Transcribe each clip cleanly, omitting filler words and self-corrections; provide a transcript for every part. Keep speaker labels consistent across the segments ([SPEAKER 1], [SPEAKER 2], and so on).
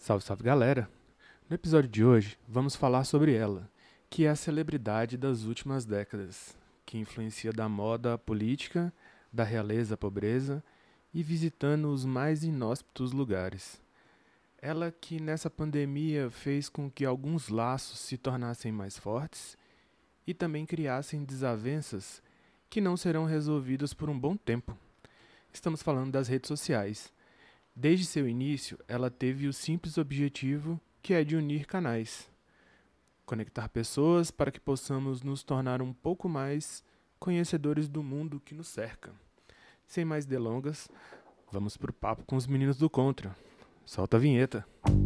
[SPEAKER 1] Salve, salve galera! No episódio de hoje vamos falar sobre ela, que é a celebridade das últimas décadas, que influencia da moda à política, da realeza à pobreza e visitando os mais inóspitos lugares. Ela que nessa pandemia fez com que alguns laços se tornassem mais fortes e também criassem desavenças que não serão resolvidas por um bom tempo. Estamos falando das redes sociais. Desde seu início, ela teve o simples objetivo que é de unir canais, conectar pessoas para que possamos nos tornar um pouco mais conhecedores do mundo que nos cerca. Sem mais delongas, vamos pro papo com os meninos do Contra. Solta a vinheta.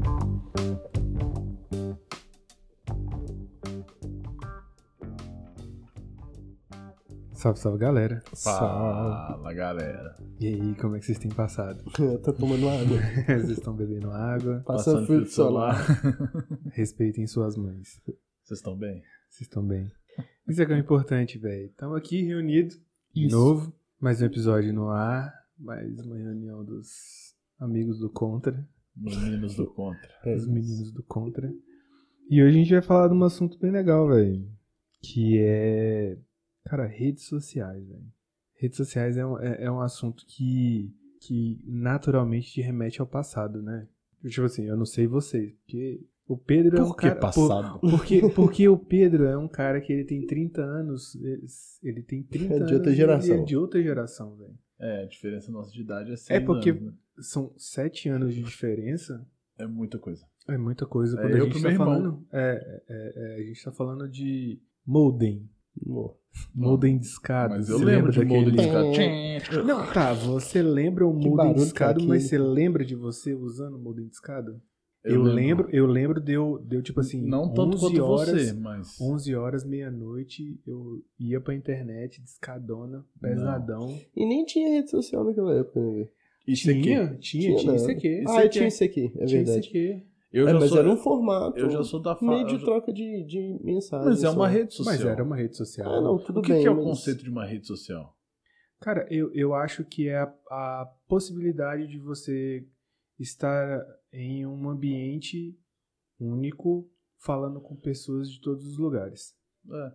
[SPEAKER 1] Salve, salve galera.
[SPEAKER 2] Fala, galera.
[SPEAKER 1] E aí, como é que vocês têm passado?
[SPEAKER 3] Eu tô tomando água.
[SPEAKER 1] Vocês estão bebendo água?
[SPEAKER 3] Passando filtro solar.
[SPEAKER 1] Respeitem suas mães.
[SPEAKER 2] Vocês estão bem?
[SPEAKER 1] Vocês estão bem. Isso é que é importante, velho. Estamos aqui reunidos de
[SPEAKER 3] Isso.
[SPEAKER 1] novo. Mais um episódio no ar. Mais uma reunião dos amigos do Contra.
[SPEAKER 2] Meninos do Contra.
[SPEAKER 1] Os meninos do Contra. E hoje a gente vai falar de um assunto bem legal, velho. Que é... Cara, redes sociais, velho. Redes sociais é um assunto que naturalmente te remete ao passado, né? Tipo assim, eu não sei vocês, porque o Pedro é um
[SPEAKER 2] Por que
[SPEAKER 1] cara...
[SPEAKER 2] passado?
[SPEAKER 1] Porque o Pedro é um cara que ele tem 30 anos, ele tem 30 anos
[SPEAKER 3] de outra geração.
[SPEAKER 1] e ele é de outra geração, velho.
[SPEAKER 2] É, a diferença nossa de idade é 6
[SPEAKER 1] porque
[SPEAKER 2] anos, né?
[SPEAKER 1] são 7 anos de diferença.
[SPEAKER 2] É muita coisa.
[SPEAKER 1] É muita coisa. Quando
[SPEAKER 2] É,
[SPEAKER 1] a
[SPEAKER 2] eu
[SPEAKER 1] gente
[SPEAKER 2] pro
[SPEAKER 1] tá
[SPEAKER 2] meu irmão.
[SPEAKER 1] falando... a gente tá falando de modem. Modem discado.
[SPEAKER 2] Mas eu
[SPEAKER 1] Você
[SPEAKER 2] lembro
[SPEAKER 1] lembra
[SPEAKER 2] de molde
[SPEAKER 1] daquele-
[SPEAKER 2] discado.
[SPEAKER 1] Não, tá, você lembra o modem
[SPEAKER 3] barulho
[SPEAKER 1] discado,
[SPEAKER 3] que é
[SPEAKER 1] mas
[SPEAKER 3] aquele?
[SPEAKER 1] você lembra de você usando o modem discado? Eu lembro, deu tipo assim,
[SPEAKER 2] Não tanto
[SPEAKER 1] 11
[SPEAKER 2] quanto
[SPEAKER 1] horas,
[SPEAKER 2] você, mas...
[SPEAKER 1] 11 horas, meia-noite, eu ia pra internet, discadona, pesadão.
[SPEAKER 3] E nem tinha rede social naquela época, né?
[SPEAKER 2] Isso aqui.
[SPEAKER 1] Tinha
[SPEAKER 3] não.
[SPEAKER 1] ICQ.
[SPEAKER 3] Ah, tinha isso aqui, é
[SPEAKER 1] Tinha
[SPEAKER 3] verdade.
[SPEAKER 1] ICQ.
[SPEAKER 2] Eu já
[SPEAKER 3] mas
[SPEAKER 2] sou...
[SPEAKER 3] era um formato.
[SPEAKER 2] Eu já sou da
[SPEAKER 3] meio de
[SPEAKER 2] eu já-
[SPEAKER 3] troca de mensagem.
[SPEAKER 2] Mas é uma
[SPEAKER 3] só.
[SPEAKER 2] rede social.
[SPEAKER 1] Mas era uma rede social.
[SPEAKER 3] Ah, não, tudo
[SPEAKER 2] O que
[SPEAKER 3] bem.
[SPEAKER 2] que é o
[SPEAKER 3] mas-
[SPEAKER 2] conceito de uma rede social?
[SPEAKER 1] Cara, eu acho que é a possibilidade de você estar em um ambiente único, falando com pessoas de todos os lugares.
[SPEAKER 2] É.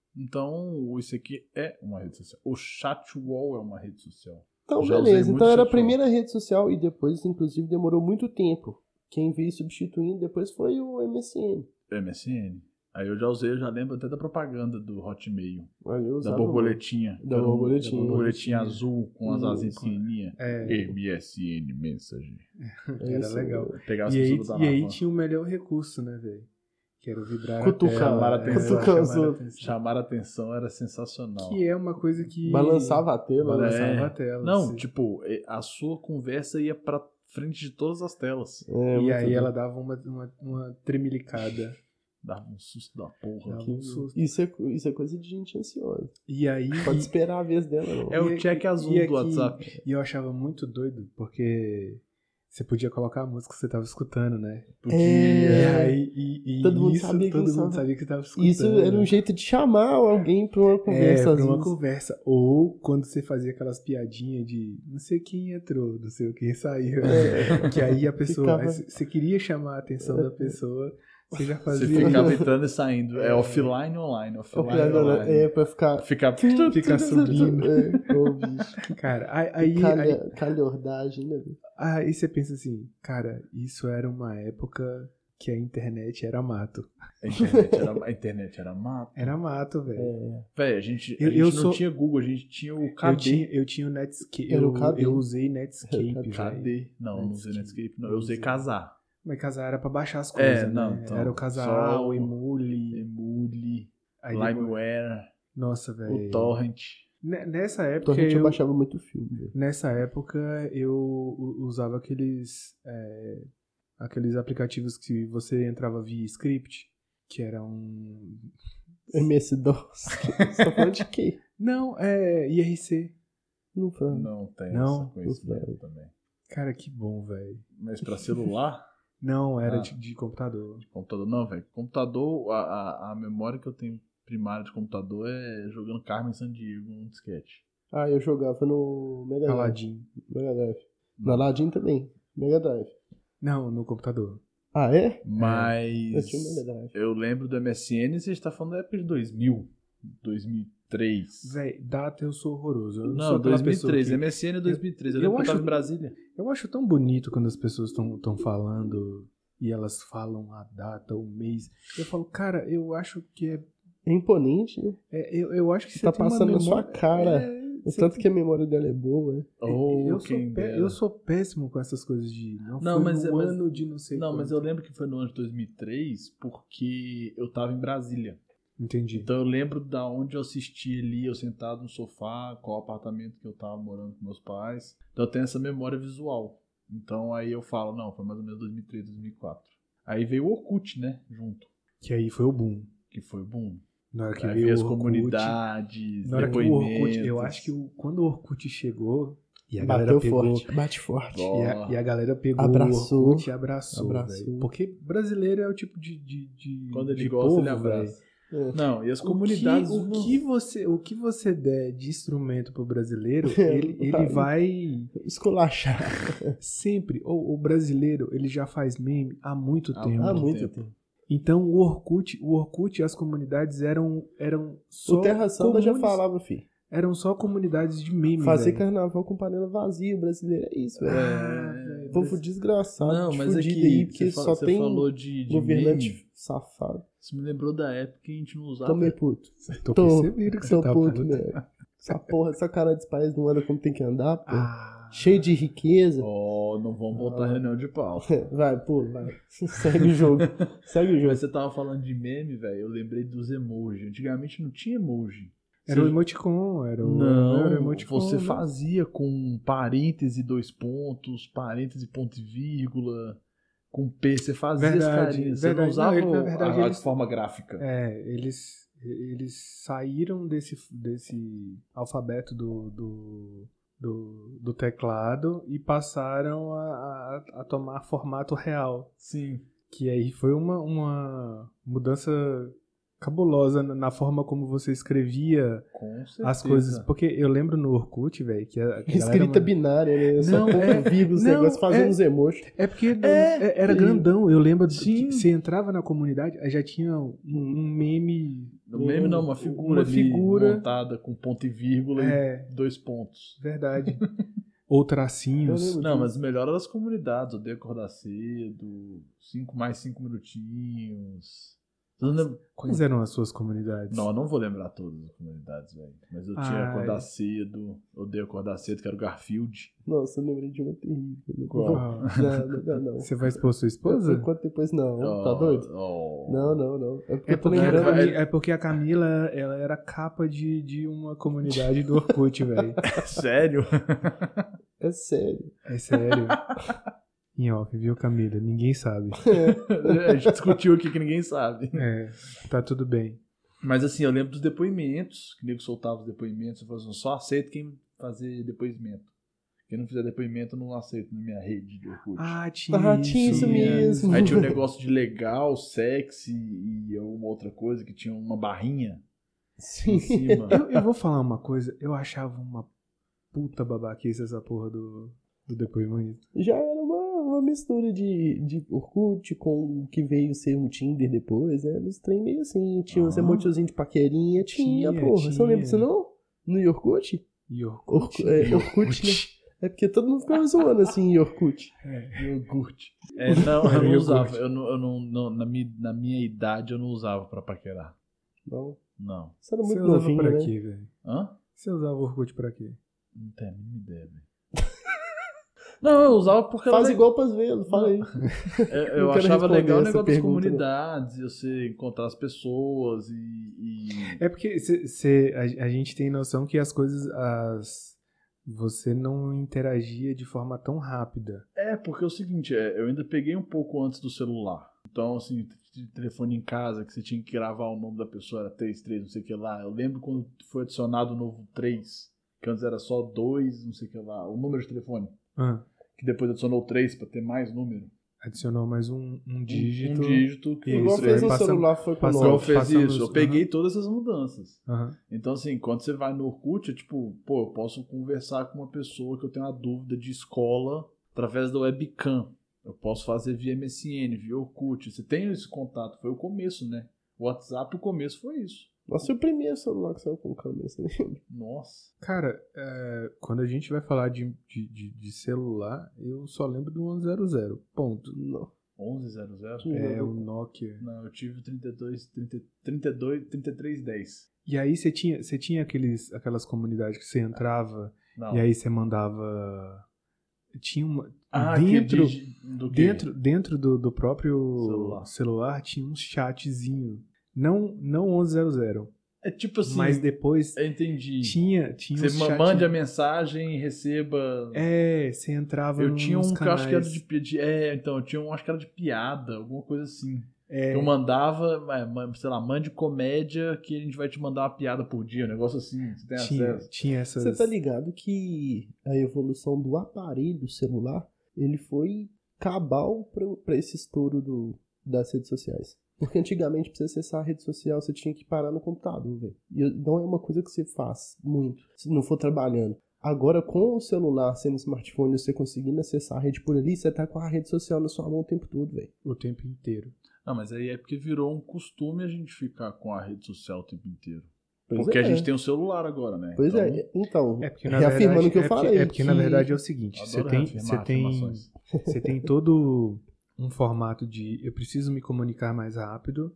[SPEAKER 2] Então, isso aqui é uma rede social. O Chatwall é uma rede social.
[SPEAKER 3] Então,
[SPEAKER 2] Já usei
[SPEAKER 3] beleza.
[SPEAKER 2] muito
[SPEAKER 3] Então era a
[SPEAKER 2] Chatwall.
[SPEAKER 3] primeira rede social e depois, inclusive, demorou muito tempo. Quem veio substituindo depois foi o MSN.
[SPEAKER 2] MSN. Aí eu já usei, eu já lembro até da propaganda do Hotmail.
[SPEAKER 3] Olha, eu
[SPEAKER 2] Da
[SPEAKER 3] usava
[SPEAKER 2] borboletinha.
[SPEAKER 3] Da
[SPEAKER 2] Era
[SPEAKER 3] borboletinha.
[SPEAKER 2] Da borboletinha azul com as
[SPEAKER 3] Isso.
[SPEAKER 2] asinhas pequenininhas.
[SPEAKER 1] É.
[SPEAKER 2] MSN Message.
[SPEAKER 3] muito.
[SPEAKER 1] Era
[SPEAKER 3] Isso,
[SPEAKER 1] legal.
[SPEAKER 2] Pegar as
[SPEAKER 1] E aí,
[SPEAKER 2] pessoas
[SPEAKER 1] e aí
[SPEAKER 2] da
[SPEAKER 1] tinha o melhor recurso, né, velho? Que era o vibrar
[SPEAKER 3] Cutucar,
[SPEAKER 1] a tela.
[SPEAKER 2] chamar a atenção.
[SPEAKER 3] Cutucar os
[SPEAKER 1] chamar a
[SPEAKER 3] outros.
[SPEAKER 1] atenção.
[SPEAKER 2] Chamar a atenção era sensacional.
[SPEAKER 1] Que é uma coisa que...
[SPEAKER 3] Balançava a tela. né?
[SPEAKER 1] Balançava a tela.
[SPEAKER 2] Não,
[SPEAKER 1] assim.
[SPEAKER 2] tipo, a sua conversa ia pra frente de todas as telas.
[SPEAKER 3] É,
[SPEAKER 1] E
[SPEAKER 3] muito
[SPEAKER 1] aí
[SPEAKER 3] bom.
[SPEAKER 1] ela dava uma tremilicada.
[SPEAKER 2] Dava um susto da porra.
[SPEAKER 1] Dava um susto.
[SPEAKER 3] Isso é coisa de gente ansiosa.
[SPEAKER 1] E aí...
[SPEAKER 3] Pode esperar a vez dela, não.
[SPEAKER 2] É o
[SPEAKER 1] E-
[SPEAKER 2] check azul
[SPEAKER 1] e
[SPEAKER 2] do
[SPEAKER 1] aqui-
[SPEAKER 2] WhatsApp.
[SPEAKER 1] E eu achava muito doido, porque você podia colocar a música que você tava escutando, né?
[SPEAKER 2] Podia.
[SPEAKER 1] E
[SPEAKER 3] É.
[SPEAKER 1] aí,
[SPEAKER 3] Todo mundo
[SPEAKER 1] isso,
[SPEAKER 3] sabia que
[SPEAKER 1] todo
[SPEAKER 3] não
[SPEAKER 1] mundo
[SPEAKER 3] sabe.
[SPEAKER 1] sabia que tava escutando.
[SPEAKER 3] Isso era um jeito de chamar alguém pra uma conversa.
[SPEAKER 1] pra
[SPEAKER 3] às
[SPEAKER 1] uma
[SPEAKER 3] vezes.
[SPEAKER 1] conversa. Ou quando você fazia aquelas piadinhas de não sei quem entrou, não sei quem saiu. Que aí a pessoa...
[SPEAKER 3] Ficava-
[SPEAKER 1] Você queria chamar a atenção da pessoa, você já
[SPEAKER 2] Você
[SPEAKER 1] fazia...
[SPEAKER 2] ficava entrando e saindo. É offline, online. Offline, online.
[SPEAKER 3] É, pra ficar...
[SPEAKER 2] Ficar...
[SPEAKER 1] Ficar subindo.
[SPEAKER 3] É, ô, bicho.
[SPEAKER 1] Cara, aí
[SPEAKER 3] Calhordagem, né? velho?
[SPEAKER 1] aí você pensa assim, cara, isso era uma época que a internet era mato.
[SPEAKER 2] A internet era mato.
[SPEAKER 1] Era mato, velho.
[SPEAKER 2] Véi, a gente
[SPEAKER 1] Eu
[SPEAKER 2] não
[SPEAKER 1] sou-
[SPEAKER 2] tinha Google, a gente tinha o
[SPEAKER 1] Eu
[SPEAKER 2] KD.
[SPEAKER 1] tinha o Netscape.
[SPEAKER 3] Era o KD.
[SPEAKER 1] Eu usei Netscape, velho.
[SPEAKER 2] KD. Não, eu não usei Netscape, não. Eu usei Casar.
[SPEAKER 1] Mas Casar era pra baixar as coisas,
[SPEAKER 2] não,
[SPEAKER 1] né?
[SPEAKER 2] então,
[SPEAKER 1] Era o Casar,
[SPEAKER 2] só
[SPEAKER 1] o Emule.
[SPEAKER 2] Emule,
[SPEAKER 1] Aí depois-
[SPEAKER 2] Limeware,
[SPEAKER 1] Nossa, velho.
[SPEAKER 2] o Torrent.
[SPEAKER 1] Nessa
[SPEAKER 3] Então
[SPEAKER 1] época
[SPEAKER 3] a gente
[SPEAKER 1] eu...
[SPEAKER 3] baixava muito filme, velho.
[SPEAKER 1] Nessa época eu usava aqueles aplicativos que você entrava via script, que era um...
[SPEAKER 3] MS-DOS. Você tá falando de quê?
[SPEAKER 1] Não, IRC.
[SPEAKER 3] Não foi.
[SPEAKER 2] Não tem
[SPEAKER 1] Não.
[SPEAKER 2] esse conhecimento também.
[SPEAKER 1] Cara, que bom, velho.
[SPEAKER 2] Mas pra celular,
[SPEAKER 1] Não, era
[SPEAKER 2] Ah.
[SPEAKER 1] de computador.
[SPEAKER 2] computador não, velho. Computador, a memória que eu tenho primária de computador é jogando Carmen Sandiego no disquete.
[SPEAKER 3] Ah, eu jogava no Mega Drive.
[SPEAKER 1] Aladdin.
[SPEAKER 3] Mega Drive. No Aladdin também. Mega Drive.
[SPEAKER 1] Não, no computador.
[SPEAKER 3] Ah, é? Eu
[SPEAKER 2] Mas
[SPEAKER 3] tinha uma idade.
[SPEAKER 2] eu lembro do MSN, você está falando da época de 2000, 2003.
[SPEAKER 1] Véi, data eu sou horroroso. Eu
[SPEAKER 2] Não,
[SPEAKER 1] sou aquela
[SPEAKER 2] 2003,
[SPEAKER 1] pessoa que...
[SPEAKER 2] MSN é 2003. Eu
[SPEAKER 1] eu
[SPEAKER 2] lembro que eu
[SPEAKER 1] acho-
[SPEAKER 2] tava em Brasília.
[SPEAKER 1] Eu acho tão bonito quando as pessoas estão falando e elas falam a data, o mês. Eu falo, cara, eu acho que
[SPEAKER 3] É imponente, né?
[SPEAKER 1] eu acho que você
[SPEAKER 3] Tá
[SPEAKER 1] tem uma
[SPEAKER 3] passando na sua
[SPEAKER 1] memória...
[SPEAKER 3] cara. O
[SPEAKER 1] você
[SPEAKER 3] tanto que a memória dela é boa, né?
[SPEAKER 1] eu sou péssimo com essas coisas de...
[SPEAKER 2] Não,
[SPEAKER 1] foi
[SPEAKER 2] mas-
[SPEAKER 1] no
[SPEAKER 2] mas-
[SPEAKER 1] ano de não sei
[SPEAKER 2] Não, mas
[SPEAKER 1] quanto.
[SPEAKER 2] eu lembro que foi no ano de 2003 porque eu tava em Brasília.
[SPEAKER 1] Entendi.
[SPEAKER 2] Então eu lembro da onde eu assisti ali, eu sentado no sofá, qual apartamento que eu tava morando com meus pais. Então eu tenho essa memória visual. Então aí eu falo, não, foi mais ou menos 2003, 2004. Aí veio o Orkut, né, junto,
[SPEAKER 1] Que aí foi o boom.
[SPEAKER 2] que foi boom.
[SPEAKER 1] Na hora que
[SPEAKER 2] Aí
[SPEAKER 1] veio
[SPEAKER 2] veio
[SPEAKER 1] o
[SPEAKER 2] as
[SPEAKER 1] Orkut,
[SPEAKER 2] comunidades,
[SPEAKER 1] na hora que o Orkut,
[SPEAKER 2] depoimentos.
[SPEAKER 1] eu acho que quando o Orkut chegou e a galera
[SPEAKER 3] Bateu
[SPEAKER 1] pegou,
[SPEAKER 3] forte. Bate forte.
[SPEAKER 2] Ó.
[SPEAKER 1] e a galera pegou
[SPEAKER 3] Abraçou.
[SPEAKER 1] o Orkut e abraçou.
[SPEAKER 3] Abraçou.
[SPEAKER 1] Velho. Porque brasileiro é o tipo de
[SPEAKER 2] Quando ele
[SPEAKER 1] de
[SPEAKER 2] gosta,
[SPEAKER 1] povo,
[SPEAKER 2] ele abraça.
[SPEAKER 1] velho.
[SPEAKER 2] Não, e as
[SPEAKER 1] O
[SPEAKER 2] comunidades...
[SPEAKER 1] que você der de instrumento pro brasileiro, ele vai
[SPEAKER 3] Esculachar.
[SPEAKER 1] sempre. O brasileiro, ele já faz meme há muito
[SPEAKER 2] Há
[SPEAKER 1] tempo.
[SPEAKER 3] Há
[SPEAKER 2] muito
[SPEAKER 3] muito
[SPEAKER 2] tempo.
[SPEAKER 3] tempo.
[SPEAKER 1] Então o Orkut e as comunidades eram só
[SPEAKER 3] O Terra Samba já
[SPEAKER 1] comunes-
[SPEAKER 3] falava, filho.
[SPEAKER 1] Eram só comunidades de meme,
[SPEAKER 3] Fazer
[SPEAKER 1] velho.
[SPEAKER 3] carnaval com panela vazia, o brasileiro é isso, velho.
[SPEAKER 2] É,
[SPEAKER 3] Povo desgraçado,
[SPEAKER 2] Não, mas é
[SPEAKER 3] fudido
[SPEAKER 2] que
[SPEAKER 3] aí, porque
[SPEAKER 2] você
[SPEAKER 3] só
[SPEAKER 2] você
[SPEAKER 3] tem
[SPEAKER 2] falou de
[SPEAKER 3] governante
[SPEAKER 2] meme.
[SPEAKER 3] safado.
[SPEAKER 2] Isso me lembrou da época que a gente não usava.
[SPEAKER 3] Tô meio puto.
[SPEAKER 1] Tô
[SPEAKER 3] Tô,
[SPEAKER 1] percebendo que você
[SPEAKER 3] tô
[SPEAKER 1] tá
[SPEAKER 3] puto,
[SPEAKER 1] puto.
[SPEAKER 3] né? Essa porra, essa cara de pais não anda como tem que andar, pô.
[SPEAKER 1] Ah,
[SPEAKER 3] Cheio de riqueza.
[SPEAKER 2] Oh, não vamos voltar à reunião de pau.
[SPEAKER 3] Vai, pô, vai. Segue o jogo. Segue o jogo.
[SPEAKER 2] Mas você tava falando de meme, velho. Eu lembrei dos emojis. Antigamente não tinha emoji.
[SPEAKER 1] era o
[SPEAKER 2] Você-
[SPEAKER 1] emoticon, era o
[SPEAKER 2] Não,
[SPEAKER 1] emoticon,
[SPEAKER 2] você
[SPEAKER 1] né?
[SPEAKER 2] fazia com parêntese, 2 pontos, parêntese, ponto e vírgula, com P. Você fazia as
[SPEAKER 1] Verdade,
[SPEAKER 2] carinhas. Você
[SPEAKER 1] verdade.
[SPEAKER 2] não usava
[SPEAKER 1] Não, ele, na verdade,
[SPEAKER 2] a
[SPEAKER 1] eles-
[SPEAKER 2] forma gráfica.
[SPEAKER 1] Eles saíram desse alfabeto do teclado e passaram a tomar formato real.
[SPEAKER 2] Sim.
[SPEAKER 1] Que aí foi uma mudança cabulosa na forma como você escrevia
[SPEAKER 2] Com certeza.
[SPEAKER 1] as coisas. Porque eu lembro no Orkut, velho, que a galera...
[SPEAKER 3] Escrita binária, né? Só
[SPEAKER 1] Não,
[SPEAKER 3] ponto, vírgula, os
[SPEAKER 1] não,
[SPEAKER 3] negócios fazendo
[SPEAKER 1] é-
[SPEAKER 3] os emojis.
[SPEAKER 1] É porque era grandão. Eu lembro
[SPEAKER 2] Sim.
[SPEAKER 1] que você entrava na comunidade, aí já tinha um meme.
[SPEAKER 2] No meme não, uma figura
[SPEAKER 1] Uma figura.
[SPEAKER 2] montada com ponto e vírgula
[SPEAKER 1] É,
[SPEAKER 2] e 2 pontos.
[SPEAKER 1] verdade. Ou
[SPEAKER 3] Eu
[SPEAKER 1] tracinhos.
[SPEAKER 3] lembro.
[SPEAKER 2] Não, mas o melhor era as comunidades. Odeio acordar cedo, 5 mais 5 minutinhos. Você não lembra?
[SPEAKER 1] Quais eram as suas comunidades?
[SPEAKER 2] Não, eu não vou lembrar todas as comunidades, velho. Mas eu tinha
[SPEAKER 1] Ai.
[SPEAKER 2] acordar cedo, odeio acordar cedo, que era o Garfield.
[SPEAKER 3] Nossa, eu lembrei de uma terrível. Não,
[SPEAKER 2] Qual?
[SPEAKER 3] não.
[SPEAKER 1] Você vai expor sua
[SPEAKER 3] Eu
[SPEAKER 1] esposa?
[SPEAKER 3] conto depois, não. Tá
[SPEAKER 2] Oh,
[SPEAKER 3] doido?
[SPEAKER 2] oh.
[SPEAKER 3] Não. É porque
[SPEAKER 1] É
[SPEAKER 3] eu tô
[SPEAKER 1] porque,
[SPEAKER 3] lembrando.
[SPEAKER 1] é porque a Camila, ela era capa de uma comunidade do Orkut, velho.
[SPEAKER 2] Sério?
[SPEAKER 3] É sério.
[SPEAKER 1] É sério. Em off, viu, Camila? Ninguém sabe.
[SPEAKER 2] A gente discutiu aqui que ninguém sabe.
[SPEAKER 1] É, tá tudo bem.
[SPEAKER 2] Mas assim, eu lembro dos depoimentos, que o nego soltava os depoimentos, eu falava assim, só aceito quem fazer depoimento. Quem não fizer depoimento, eu não aceito na minha rede de Orkut.
[SPEAKER 1] Ah, tinha
[SPEAKER 3] Tinha isso mesmo.
[SPEAKER 2] Aí tinha um negócio de legal, sexy e uma outra coisa que tinha uma barrinha
[SPEAKER 3] Sim.
[SPEAKER 2] em cima.
[SPEAKER 1] Eu vou falar uma coisa. Eu achava uma puta babaquice essa porra do depoimento.
[SPEAKER 3] Já era uma mistura de Orkut com o que veio ser um Tinder depois, né? Nos trem meio assim. Tinha uns
[SPEAKER 2] Ah.
[SPEAKER 3] emotiozinhos de paquerinha. Tinha, porra. Você não
[SPEAKER 1] tinha.
[SPEAKER 3] lembra disso, não? No Orkut?
[SPEAKER 1] E Orkut?
[SPEAKER 3] Orkut, né? É porque todo mundo ficava zoando assim em Orkut.
[SPEAKER 2] Iogurte. Não, eu
[SPEAKER 1] Era
[SPEAKER 2] não
[SPEAKER 1] iogurte.
[SPEAKER 2] usava. Eu não, na minha idade eu não usava pra paquerar.
[SPEAKER 3] Não.
[SPEAKER 2] Não.
[SPEAKER 3] Você era
[SPEAKER 1] Você
[SPEAKER 3] muito
[SPEAKER 1] usava
[SPEAKER 3] novinho,
[SPEAKER 1] pra
[SPEAKER 3] né?
[SPEAKER 1] quê, velho?
[SPEAKER 2] Hã?
[SPEAKER 1] Você usava Orkut pra quê?
[SPEAKER 2] Não tenho a mínima ideia, velho. Não, eu usava porque
[SPEAKER 3] Faz
[SPEAKER 2] era
[SPEAKER 3] igual pras velas, fala aí.
[SPEAKER 2] eu
[SPEAKER 3] Não quero
[SPEAKER 2] achava
[SPEAKER 3] responder
[SPEAKER 2] legal o
[SPEAKER 3] essa
[SPEAKER 2] negócio das
[SPEAKER 3] pergunta,
[SPEAKER 2] comunidades, você encontrar as pessoas e...
[SPEAKER 1] É porque a gente tem noção que as coisas... Você não interagia de forma tão rápida.
[SPEAKER 2] É, porque é o seguinte, eu ainda peguei um pouco antes do celular. Então, assim, telefone em casa, que você tinha que gravar o nome da pessoa, era 33, não sei o que lá. Eu lembro quando foi adicionado o novo 3, que antes era só 2, não sei o que lá. O número de telefone, que depois adicionou o 3 pra ter mais número.
[SPEAKER 1] Adicionou mais um dígito.
[SPEAKER 2] Um dígito que
[SPEAKER 1] Isso,
[SPEAKER 3] Igual
[SPEAKER 2] foi
[SPEAKER 3] fez
[SPEAKER 2] três.
[SPEAKER 3] no
[SPEAKER 1] passamos-
[SPEAKER 3] celular, foi com o
[SPEAKER 1] passamos-
[SPEAKER 2] Igual
[SPEAKER 3] novo.
[SPEAKER 2] fez
[SPEAKER 1] passamos-
[SPEAKER 2] isso. Eu peguei todas essas mudanças.
[SPEAKER 1] Aham.
[SPEAKER 2] Então, assim, quando você vai no Orkut, é tipo, pô, eu posso conversar com uma pessoa que eu tenho uma dúvida de escola através da webcam. Eu posso fazer via MSN, via Orkut. Você tem esse contato. Foi o começo, né? O WhatsApp, o começo foi isso.
[SPEAKER 3] Nossa, o primeiro celular que saiu com câmera, você lembra?
[SPEAKER 2] Nossa.
[SPEAKER 1] Cara, quando a gente vai falar de celular, eu só lembro do 1100. Ponto.
[SPEAKER 3] Não.
[SPEAKER 2] 1100?
[SPEAKER 1] É o Nokia.
[SPEAKER 2] Não, eu tive o 3310.
[SPEAKER 1] E aí você tinha aquelas comunidades que você entrava
[SPEAKER 2] Não.
[SPEAKER 1] e aí você mandava. Tinha uma.
[SPEAKER 2] Do quê?
[SPEAKER 1] Dentro do próprio celular tinha um chatzinho. Não 1100.
[SPEAKER 2] É tipo assim.
[SPEAKER 1] Mas depois
[SPEAKER 2] Eu entendi.
[SPEAKER 1] tinha
[SPEAKER 2] Você mande a mensagem e receba.
[SPEAKER 1] Você entrava
[SPEAKER 2] Eu tinha um que eu acho que era
[SPEAKER 1] canais.
[SPEAKER 2] então, eu tinha um acho que era de piada, alguma coisa assim.
[SPEAKER 1] É.
[SPEAKER 2] Eu mandava, sei lá, mande comédia que a gente vai te mandar uma piada por dia, um negócio assim. Você tem acesso.
[SPEAKER 1] Tinha essas.
[SPEAKER 3] Você tá ligado que a evolução do aparelho celular, ele foi cabal pra esse estouro das redes sociais. Porque antigamente, pra você acessar a rede social, você tinha que parar no computador, velho. E não é uma coisa que você faz muito, se não for trabalhando. Agora, com o celular sendo smartphone, você conseguindo acessar a rede por ali, você tá com a rede social na sua mão o tempo todo, velho.
[SPEAKER 1] O tempo inteiro.
[SPEAKER 2] Não, mas aí é porque virou um costume a gente ficar com a rede social o tempo inteiro.
[SPEAKER 3] Pois
[SPEAKER 2] Porque
[SPEAKER 3] é.
[SPEAKER 2] a gente tem um celular agora, né?
[SPEAKER 3] Pois então,
[SPEAKER 1] Porque, na
[SPEAKER 3] reafirmando
[SPEAKER 1] verdade,
[SPEAKER 3] o que eu falei.
[SPEAKER 1] É porque, na verdade, é o seguinte:
[SPEAKER 2] Adoro reafirmar afirmações.
[SPEAKER 1] você tem todo um formato de eu preciso me comunicar mais rápido,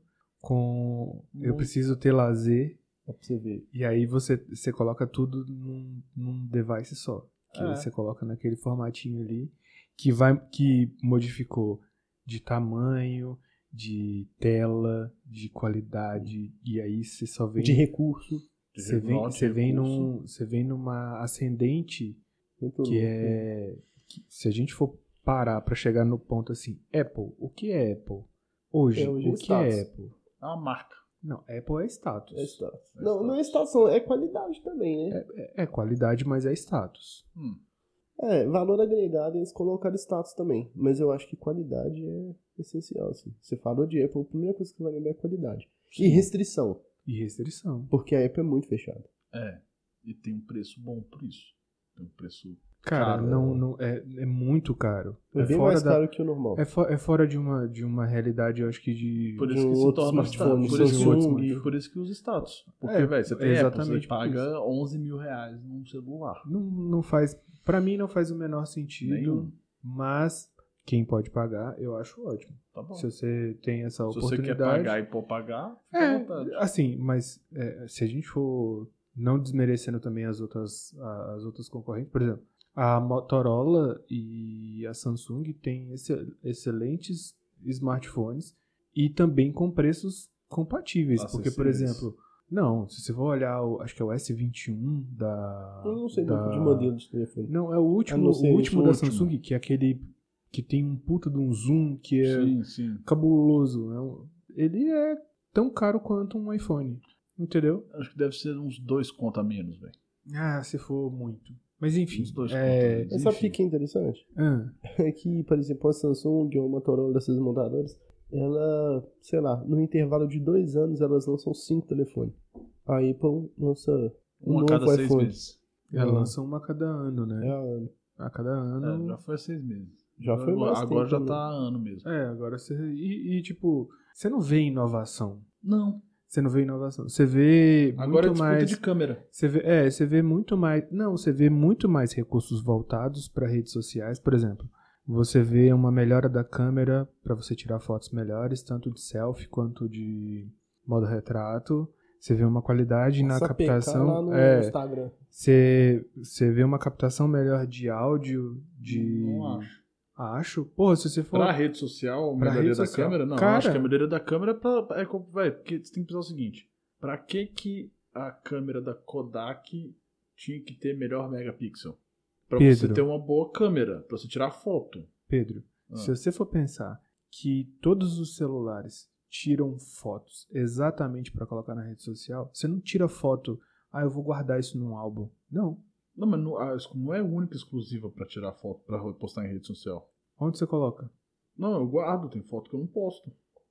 [SPEAKER 1] eu preciso ter lazer,
[SPEAKER 3] Pra você ver.
[SPEAKER 1] e aí você coloca tudo num device só. Que
[SPEAKER 2] É.
[SPEAKER 1] você coloca naquele formatinho ali, que modificou de tamanho, de tela, de qualidade, e aí você só vem.
[SPEAKER 3] De recurso.
[SPEAKER 1] Você vem numa ascendente
[SPEAKER 3] Muito
[SPEAKER 1] que
[SPEAKER 3] louco.
[SPEAKER 1] é. Se a gente for parar pra chegar no ponto assim, Apple, o que é Apple? Hoje,
[SPEAKER 3] Hoje é
[SPEAKER 1] o que é
[SPEAKER 3] status.
[SPEAKER 1] Apple?
[SPEAKER 2] É uma marca.
[SPEAKER 1] Não, Apple é status.
[SPEAKER 3] É status. Não é status, é qualidade também, né?
[SPEAKER 1] É qualidade, mas é status.
[SPEAKER 3] Valor agregado eles colocaram status também. Mas eu acho que qualidade é essencial, assim. Você falou de Apple, a primeira coisa que vai lembrar é qualidade.
[SPEAKER 2] Sim.
[SPEAKER 3] E restrição.
[SPEAKER 1] E restrição.
[SPEAKER 3] Porque a Apple é muito fechada.
[SPEAKER 2] E tem um preço bom por isso. Tem um preço.
[SPEAKER 1] Cara,
[SPEAKER 2] caro.
[SPEAKER 1] não é muito caro.
[SPEAKER 3] É bem mais caro que o normal.
[SPEAKER 1] É fora de uma realidade, eu acho que de.
[SPEAKER 2] Por
[SPEAKER 3] de
[SPEAKER 2] isso
[SPEAKER 3] um
[SPEAKER 2] que se
[SPEAKER 3] outro
[SPEAKER 2] torna
[SPEAKER 3] smartphone,
[SPEAKER 2] status.
[SPEAKER 3] Samsung.
[SPEAKER 2] Por isso que usa status. Porque,
[SPEAKER 1] É,
[SPEAKER 2] velho, você tem
[SPEAKER 1] exatamente
[SPEAKER 2] Apple, você
[SPEAKER 1] por
[SPEAKER 2] paga 11 mil reais num celular.
[SPEAKER 1] Não faz. Pra mim não faz o menor sentido.
[SPEAKER 2] Nenhum.
[SPEAKER 1] Mas quem pode pagar, eu acho ótimo.
[SPEAKER 2] Tá bom.
[SPEAKER 1] Se você tem essa
[SPEAKER 2] Se você
[SPEAKER 1] oportunidade.
[SPEAKER 2] quer pagar e pôr pagar, fica à vontade.
[SPEAKER 1] Assim, mas se a gente for não desmerecendo também as outras concorrentes, por exemplo, a Motorola e a Samsung têm excelentes smartphones e também com preços compatíveis, porque, por
[SPEAKER 2] Acessíveis.
[SPEAKER 1] exemplo, não, se você for olhar, acho que é o S21 da...
[SPEAKER 3] Eu não sei muito de modelo de telefone.
[SPEAKER 1] Não, é o último,
[SPEAKER 3] não sei,
[SPEAKER 1] o último
[SPEAKER 2] o
[SPEAKER 1] da
[SPEAKER 2] último.
[SPEAKER 1] Samsung, que é aquele que tem um puta de um zoom que é
[SPEAKER 2] Sim.
[SPEAKER 1] cabuloso. Ele é tão caro quanto um iPhone, entendeu?
[SPEAKER 2] Acho que deve ser uns 2 conto a menos, velho.
[SPEAKER 1] Ah, se for muito. Mas enfim.
[SPEAKER 2] Uns 2 conto a
[SPEAKER 1] é...
[SPEAKER 2] menos.
[SPEAKER 3] Mas sabe o
[SPEAKER 2] Enfim.
[SPEAKER 3] que é interessante?
[SPEAKER 1] Ah,
[SPEAKER 3] É que, por exemplo, a Samsung ou a Motorola dessas montadoras, ela, sei lá, no intervalo de 2 anos elas lançam 5 telefones. A Apple lança um
[SPEAKER 2] Um a
[SPEAKER 3] novo
[SPEAKER 2] cada 6
[SPEAKER 3] iPhone.
[SPEAKER 2] meses.
[SPEAKER 1] ela lança uma a cada ano,
[SPEAKER 3] É
[SPEAKER 1] né?
[SPEAKER 3] a ano.
[SPEAKER 1] A cada ano.
[SPEAKER 2] Já foi 6 meses.
[SPEAKER 3] Já foi mais
[SPEAKER 2] Agora
[SPEAKER 3] tempo,
[SPEAKER 2] já
[SPEAKER 3] né?
[SPEAKER 2] tá ano mesmo.
[SPEAKER 1] Agora você. Tipo, você não vê inovação.
[SPEAKER 2] Não.
[SPEAKER 1] Você não vê inovação. Você vê
[SPEAKER 2] Agora é
[SPEAKER 1] muito
[SPEAKER 2] disputa
[SPEAKER 1] mais.
[SPEAKER 2] de câmera.
[SPEAKER 1] Você vê muito mais. Não, você vê muito mais recursos voltados para redes sociais. Por exemplo, você vê uma melhora da câmera para você tirar fotos melhores, tanto de selfie quanto de modo retrato. Você vê uma qualidade na
[SPEAKER 3] Essa PK
[SPEAKER 1] captação.
[SPEAKER 3] lá no Instagram.
[SPEAKER 1] Você vê uma captação melhor de áudio,
[SPEAKER 2] Não acho.
[SPEAKER 1] Acho. Porra, se você for.
[SPEAKER 2] Pra rede social, a
[SPEAKER 1] Pra
[SPEAKER 2] melhoria
[SPEAKER 1] rede
[SPEAKER 2] da
[SPEAKER 1] social.
[SPEAKER 2] câmera? Não,
[SPEAKER 1] Cara-
[SPEAKER 2] eu acho que a melhoria da câmera é porque você tem que pensar o seguinte. Pra que a câmera da Kodak tinha que ter melhor megapixel? Pra você
[SPEAKER 1] Pedro.
[SPEAKER 2] ter uma boa câmera, pra você tirar foto.
[SPEAKER 1] Pedro, se você for pensar que todos os celulares tiram fotos exatamente para colocar na rede social, você não tira foto, eu vou guardar isso num álbum. Não.
[SPEAKER 2] Não, mas não é única e exclusiva pra tirar foto, pra postar em rede social.
[SPEAKER 1] Onde você coloca?
[SPEAKER 2] Não, eu guardo, tem foto que eu não posto.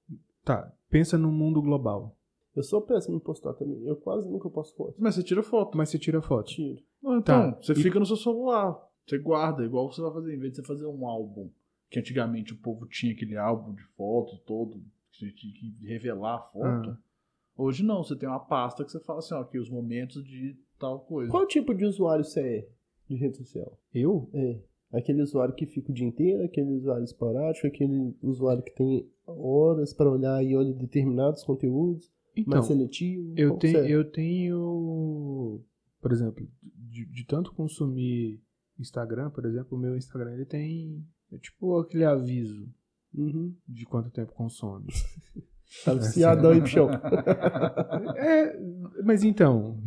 [SPEAKER 1] Tá, pensa no mundo global.
[SPEAKER 3] Eu sou péssimo em postar também. Eu quase nunca posto foto.
[SPEAKER 2] Mas você tira foto.
[SPEAKER 1] Mas você tira foto.
[SPEAKER 3] Tiro.
[SPEAKER 2] Não, então,
[SPEAKER 1] Tá,
[SPEAKER 2] você
[SPEAKER 1] e-
[SPEAKER 2] fica no seu celular. Você guarda, igual você vai fazer, em vez de você fazer um álbum. que antigamente o povo tinha aquele álbum de foto todo, que você tinha que revelar a foto. Hoje não, você tem uma pasta que você fala assim, ó, aqui os momentos de tal coisa.
[SPEAKER 3] Qual tipo de usuário você é de rede social?
[SPEAKER 1] Eu?
[SPEAKER 3] É. Aquele usuário que fica o dia inteiro, aquele usuário esporádico, aquele usuário que tem horas para olhar e olha determinados conteúdos,
[SPEAKER 1] Então,
[SPEAKER 3] mais seletivo.
[SPEAKER 1] eu
[SPEAKER 3] Qual você é?
[SPEAKER 1] tenho, por exemplo, de tanto consumir Instagram, por exemplo, o meu Instagram ele tem tipo aquele aviso
[SPEAKER 3] Uhum.
[SPEAKER 1] de quanto tempo consome.
[SPEAKER 3] Tá viciadão aí, bichão.
[SPEAKER 1] Mas então,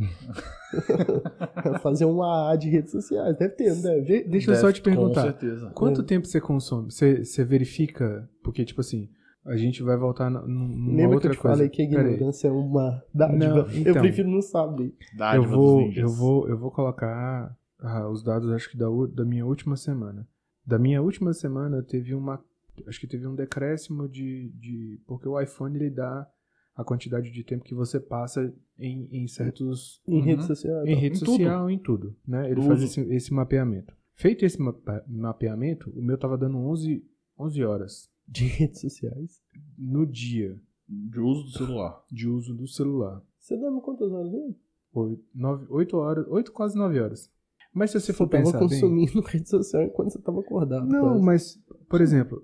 [SPEAKER 3] Fazer um AA de redes sociais. Deve ter, não deve?
[SPEAKER 1] deixa eu só te
[SPEAKER 2] Com
[SPEAKER 1] perguntar.
[SPEAKER 2] certeza.
[SPEAKER 1] Quanto tempo você consome? Você verifica? Porque, tipo assim, a gente vai voltar numa
[SPEAKER 3] Lembra
[SPEAKER 1] outra
[SPEAKER 3] que eu te
[SPEAKER 1] coisa.
[SPEAKER 3] falei que a
[SPEAKER 1] Pera aí.
[SPEAKER 3] ignorância é uma dádiva?
[SPEAKER 1] Não,
[SPEAKER 3] Eu
[SPEAKER 1] então.
[SPEAKER 3] prefiro não saber.
[SPEAKER 2] Dádiva dos
[SPEAKER 1] Eu
[SPEAKER 2] ninjas.
[SPEAKER 1] vou colocar os dados, acho que da minha última semana. Da minha última semana acho que teve um decréscimo porque o iPhone ele dá a quantidade de tempo que você passa em certos...
[SPEAKER 3] Em redes sociais.
[SPEAKER 1] Em rede
[SPEAKER 2] Em
[SPEAKER 1] social, em tudo, né? Ele
[SPEAKER 2] Tudo.
[SPEAKER 1] faz esse mapeamento. Feito esse mapeamento, o meu tava dando 11 horas
[SPEAKER 3] De redes sociais.
[SPEAKER 1] no dia
[SPEAKER 2] De uso do celular.
[SPEAKER 1] de uso do celular.
[SPEAKER 3] Você dorme quantas horas mesmo?
[SPEAKER 1] 8 horas, 8, quase 9 horas. Mas se você for
[SPEAKER 3] tava
[SPEAKER 1] pensar bem...
[SPEAKER 3] consumindo rede social enquanto você tava acordado.
[SPEAKER 1] Não,
[SPEAKER 3] quase.
[SPEAKER 1] mas, por exemplo,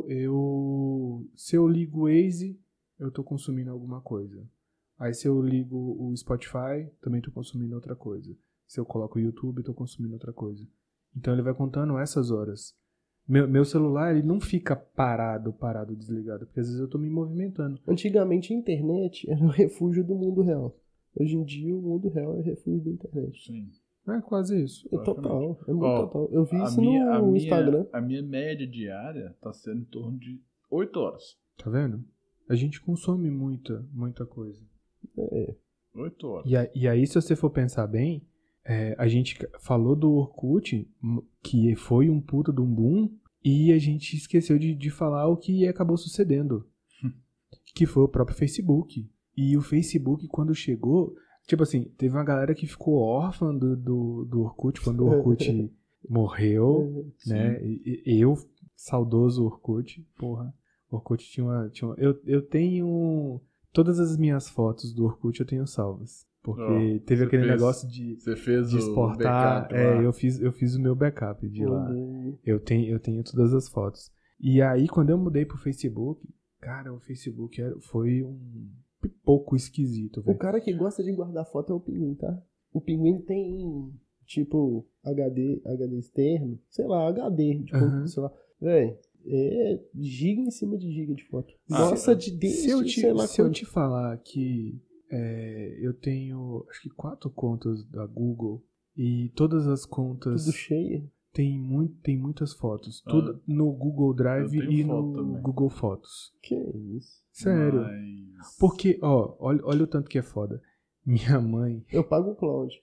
[SPEAKER 1] se eu ligo o Waze, eu tô consumindo alguma coisa. Aí se eu ligo o Spotify, também tô consumindo outra coisa. Se eu coloco o YouTube, eu tô consumindo outra coisa. Então ele vai contando essas horas. Meu celular, ele não fica parado, desligado, porque às vezes eu tô me movimentando.
[SPEAKER 3] Antigamente a internet era o refúgio do mundo real. Hoje em dia o mundo real é refúgio da internet.
[SPEAKER 2] Sim.
[SPEAKER 1] É quase isso.
[SPEAKER 3] É total, é muito
[SPEAKER 2] Ó,
[SPEAKER 3] total. Eu vi isso no Instagram.
[SPEAKER 2] A minha média diária tá sendo em torno de 8 horas.
[SPEAKER 1] Tá vendo? A gente consome muita coisa.
[SPEAKER 3] É.
[SPEAKER 2] 8 horas.
[SPEAKER 1] E aí, se você for pensar bem, a gente falou do Orkut, que foi um puta de um boom, e a gente esqueceu de falar o que acabou sucedendo, que foi o próprio Facebook. E o Facebook, quando chegou, tipo assim, teve uma galera que ficou órfã do Orkut quando o Orkut morreu, né? Eu, saudoso Orkut, porra. O Orkut tinha uma... Eu tenho... Todas as minhas fotos do Orkut eu tenho salvas. Porque teve aquele negócio de exportar.
[SPEAKER 2] O backup lá.
[SPEAKER 1] Eu fiz o meu backup de lá. Eu tenho todas as fotos. E aí, quando eu mudei pro Facebook, cara, o Facebook foi um pouco esquisito,
[SPEAKER 3] O
[SPEAKER 1] velho.
[SPEAKER 3] cara que gosta de guardar foto é o Pinguim, tá? O Pinguim tem, tipo, HD externo, sei lá, HD de
[SPEAKER 1] Aham.
[SPEAKER 3] sei lá. Véi, é giga em cima de giga de foto.
[SPEAKER 2] Ah,
[SPEAKER 3] Nossa, de
[SPEAKER 1] Se eu
[SPEAKER 3] sei lá
[SPEAKER 1] se eu
[SPEAKER 3] quanto.
[SPEAKER 1] te falar que eu tenho, acho que 4 contas da Google e todas as contas
[SPEAKER 3] Tudo cheio.
[SPEAKER 1] tem muitas fotos. Tudo no Google Drive
[SPEAKER 2] Eu tenho
[SPEAKER 1] e
[SPEAKER 2] foto
[SPEAKER 1] no
[SPEAKER 2] também.
[SPEAKER 1] Google Fotos.
[SPEAKER 3] Que isso?
[SPEAKER 1] Sério.
[SPEAKER 2] Mas...
[SPEAKER 1] Porque, ó, olha o tanto que é foda. Minha mãe,
[SPEAKER 3] Eu pago o cloud.